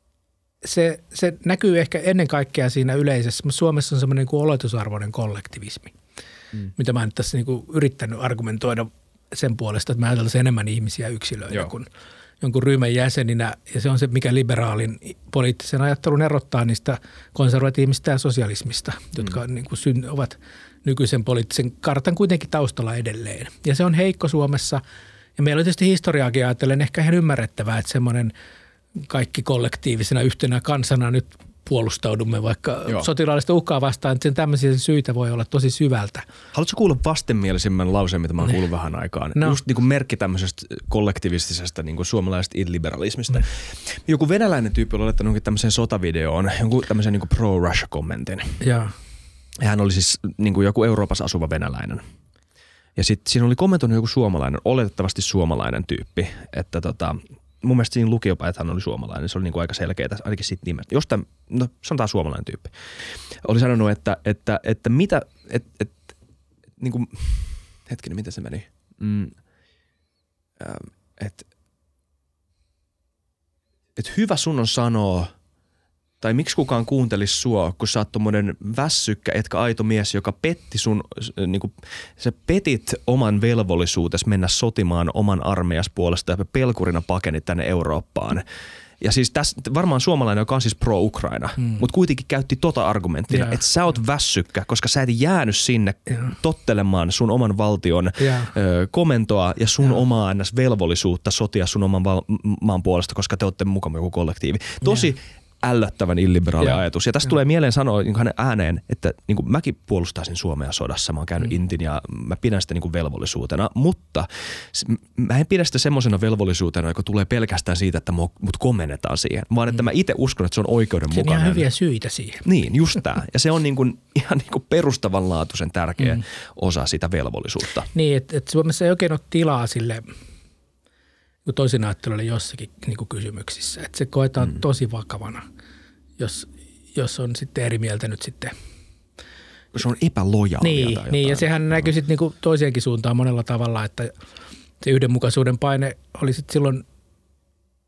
se näkyy ehkä ennen kaikkea siinä yleisessä. Suomessa on semmoinen niin kuin oletusarvoinen kollektivismi, mitä mä oon tässä niin kuin yrittänyt argumentoida sen puolesta, että mä ajatellaan enemmän ihmisiä yksilöinä kuin jonkun ryhmän jäseninä. Ja se on se, mikä liberaalin poliittisen ajattelun erottaa niistä konservatiivista ja sosialismista, jotka niin kuin ovat nykyisen poliittisen kartan kuitenkin taustalla edelleen. Ja se on heikko Suomessa. Ja meillä on tietysti historiaakin ajatellen ehkä ihan ymmärrettävää, että semmoinen kaikki kollektiivisena yhtenä kansana nyt puolustaudumme vaikka sotilaallista uhkaa vastaan, että sen tämmöisiä syitä voi olla tosi syvältä. Haluatko kuulla vastenmielisimmän lauseen, mitä mä oon kuullut vähän aikaan? No. Just niin kuin merkki tämmöisestä kollektivistisesta niin kuin suomalaisesta illiberalismista. Joku venäläinen tyyppi oli laittanut tämmöiseen sotavideoon, jonkun tämmöisen niin kuin pro-Russia-kommentin. Ja hän oli siis niin kuin joku Euroopassa asuva venäläinen. Ja sitten siinä oli kommentoinut joku suomalainen, oletettavasti suomalainen tyyppi, että mun mielestä siinä luki jopa, että hän oli suomalainen. Se oli niinku aika selkeää, ainakin siitä nimestä. Jostain, no sanotaan suomalainen tyyppi. Oli sanonut, että mitä, niinku, hetkinen, miten se meni? Että hyvä sun on sanoa, tai miksi kukaan kuuntelisi sua, kun sä oot tommonen väsykkä, etkä aito mies, joka petti sun, niinku, sä petit oman velvollisuutesi mennä sotimaan oman armeijas puolesta ja pelkurina pakenit tänne Eurooppaan. Ja siis tässä varmaan suomalainen, joka on siis pro-Ukraina, mutta kuitenkin käytti argumenttina, että sä oot väsykkä, koska sä et jäänyt sinne tottelemaan sun oman valtion komentoa ja sun omaa velvollisuutta sotia sun oman maan puolesta, koska te olette mukaan joku kollektiivi. Tosi ällöttävän illiberaali ajatus. Ja tässä tulee mieleen sanoa niin hänen ääneen, että niin kuin mäkin puolustaisin Suomea sodassa. Mä oon käynyt Intin ja mä pidän sitä niin kuin velvollisuutena, mutta mä en pidä sitä semmoisena velvollisuutena, joka tulee pelkästään siitä, että mut komennetaan siihen, vaan että mä itse uskon, että se on oikeudenmukainen. Se on ihan hyviä syitä siihen. Niin, just tää. Ja se on niin kuin, ihan niin kuin perustavanlaatuisen tärkeä osa sitä velvollisuutta. Niin, että Suomessa ei oikein ole tilaa sille toisin ajattelulle jossakin niin kuin kysymyksissä. Että se koetaan tosi vakavana, jos on sitten eri mieltä nyt sitten. Se on epälojaalia. Niin, ja sehän näkyy sitten niin kuin toiseenkin suuntaan monella tavalla, että se yhdenmukaisuuden paine oli sitten silloin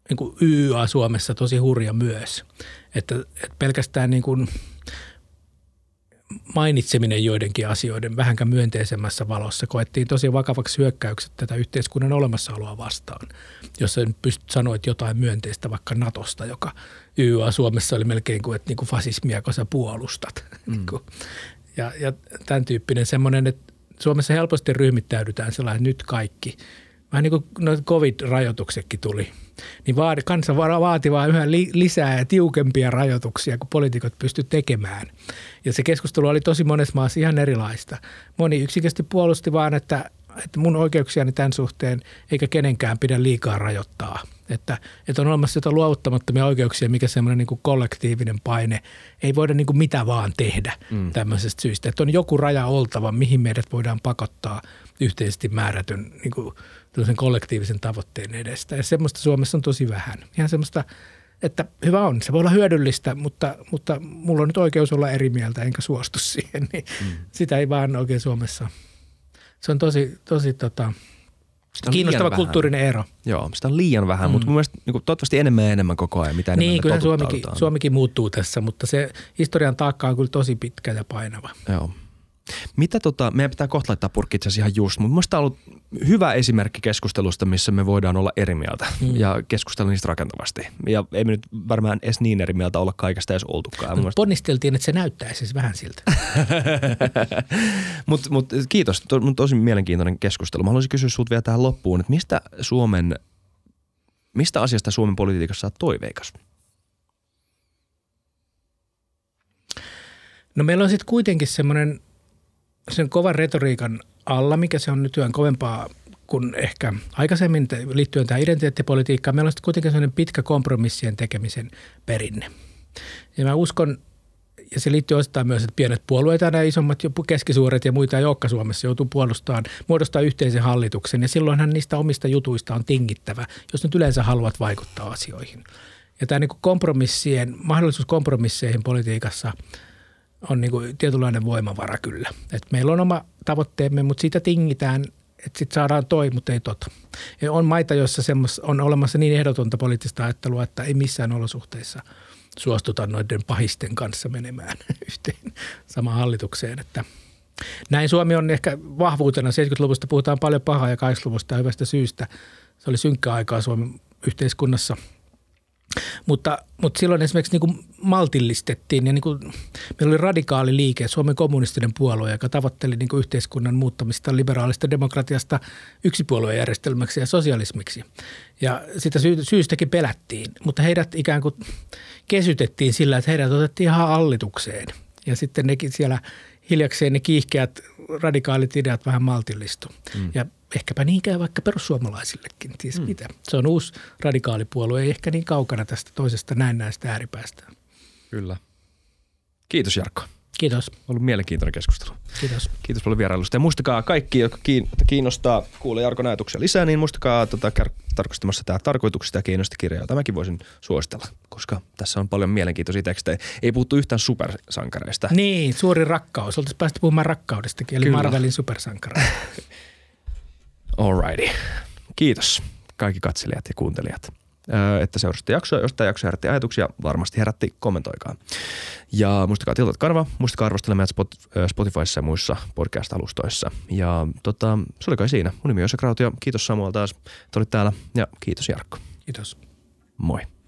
niin kuin YYA Suomessa tosi hurja myös, että pelkästään niin kuin mainitseminen joidenkin asioiden vähänkään myönteisemmässä valossa koettiin tosi vakavaksi hyökkäykset tätä yhteiskunnan olemassaoloa vastaan, jos en pysty sanoa jotain myönteistä vaikka Natosta, joka YYA Suomessa oli melkein kuin, että niin kuin fasismia, kun sä puolustat. Ja tämän tyyppinen semmoinen, että Suomessa helposti ryhmittäydytään sellainen, nyt kaikki. Vähän niin kuin noita covid-rajoituksetkin tuli, niin kansa vaati vaan yhä lisää ja tiukempia rajoituksia, kun poliitikot pystyivät tekemään. Ja se keskustelu oli tosi monessa maassa ihan erilaista. Moni yksinkertaisesti puolusti vaan, että mun oikeuksiani tämän suhteen eikä kenenkään pidä liikaa rajoittaa. Että on olemassa jotain luovuttamattomia oikeuksia, mikä semmoinen niin kuin kollektiivinen paine. Ei voida niin kuin mitä vaan tehdä tämmöisestä syystä. Että on joku raja oltava, mihin meidät voidaan pakottaa yhteisesti määrätyn niin kuin kollektiivisen tavoitteen edestä. Ja semmoista Suomessa on tosi vähän. Ihan semmoista, että hyvä on. Se voi olla hyödyllistä, mutta mulla on nyt oikeus olla eri mieltä enkä suostu siihen. Niin sitä ei vaan oikein Suomessa. Se on tosi kiinnostava kulttuurinen ero. Joo, sitä on liian vähän, mutta mun mielestä niin toivottavasti enemmän ja enemmän koko ajan, mitä enemmän niin, kyllä Suomikin muuttuu tässä, mutta se historian taakka on kyllä tosi pitkä ja painava. Joo. Mitä meidän pitää kohta laittaa purkki itse asiassa ihan just, mutta minusta on ollut hyvä esimerkki keskustelusta, missä me voidaan olla eri mieltä ja keskustella niistä rakentavasti. Ja ei me nyt varmaan edes niin eri mieltä olla kaikesta edes oltukaan. Ponnisteltiin, että se näyttäisi siis vähän siltä. Mut kiitos, tosi mielenkiintoinen keskustelu. Mä haluaisin kysyä sinulta vielä tähän loppuun, että mistä asiasta Suomen politiikassa on toiveikas? No meillä on sitten kuitenkin semmoinen sen kovan retoriikan alla, mikä se on nykyään kovempaa kuin ehkä aikaisemmin liittyen tähän identiteettipolitiikkaan. Meillä on sitten kuitenkin sellainen pitkä kompromissien tekemisen perinne. Ja mä uskon, ja se liittyy osittain myös, että pienet puolueet ja nämä isommat, keskisuuret ja muita Joukka-Suomessa joutuu muodostaa yhteisen hallituksen. Ja silloinhan niistä omista jutuista on tingittävä, jos nyt yleensä haluat vaikuttaa asioihin. Ja tämä niin kuin mahdollisuus kompromisseihin politiikassa on niin kuin tietynlainen voimavara kyllä. Et meillä on oma tavoitteemme, mutta siitä tingitään, että sitten saadaan mutta ei tota. Ja on maita, joissa on olemassa niin ehdotonta poliittista ajattelua, että ei missään olosuhteissa suostuta noiden pahisten kanssa menemään yhteen samaan hallitukseen. Että näin Suomi on ehkä vahvuutena. 70-luvusta puhutaan paljon pahaa ja 80-luvusta hyvästä syystä. Se oli synkkää aikaa Suomen yhteiskunnassa. Mutta silloin esimerkiksi niin kuin maltillistettiin ja niin kuin meillä oli radikaali liike, Suomen kommunistinen puolue, joka tavoitteli niin kuin yhteiskunnan muuttamista liberaalista demokratiasta yksipuoluejärjestelmäksi ja sosialismiksi. Ja sitä syystäkin pelättiin, mutta heidät ikään kuin kesytettiin sillä, että heidät otettiin ihan hallitukseen. Ja sitten nekin siellä hiljakseen ne kiihkeät radikaalit ideat vähän maltillistu. Ja ehkäpä niinkään vaikka perussuomalaisillekin. Ties mitä. Se on uusi radikaalipuolue, ei ehkä niin kaukana tästä toisesta näistä ääripäästä. Kyllä. Kiitos Jarkko. Kiitos. Ollut mielenkiintoinen keskustelu. Kiitos. Kiitos paljon vierailusta. Ja muistakaa kaikki, jotka kiinnostaa kuulla Jarkon ajatuksia lisää, niin muistakaa tarkastamassa tämä tarkoituksesta ja kiinnosti kirjaa. Tämäkin voisin suositella, koska tässä on paljon mielenkiintoisia tekstejä. Ei puhuttu yhtään supersankareista. Niin, suuri rakkaus. Oltaisiin päästy puhumaan rakkaudestakin, eli kyllä. Marvelin supersankareista. Alrighty. Kiitos kaikki katselijat ja kuuntelijat, että seurasitte jaksoa. Jos tämä jakso herätti ajatuksia, varmasti herätti, kommentoikaa. Ja muistakaa tilata kanava, muistakaa arvostella meidät Spotifyssa ja muissa podcast-alustoissa. Ja se oli kai siinä. Mun nimi on Esa Krautio. Kiitos Samuel taas, että olit täällä ja kiitos Jarkko. Kiitos. Moi.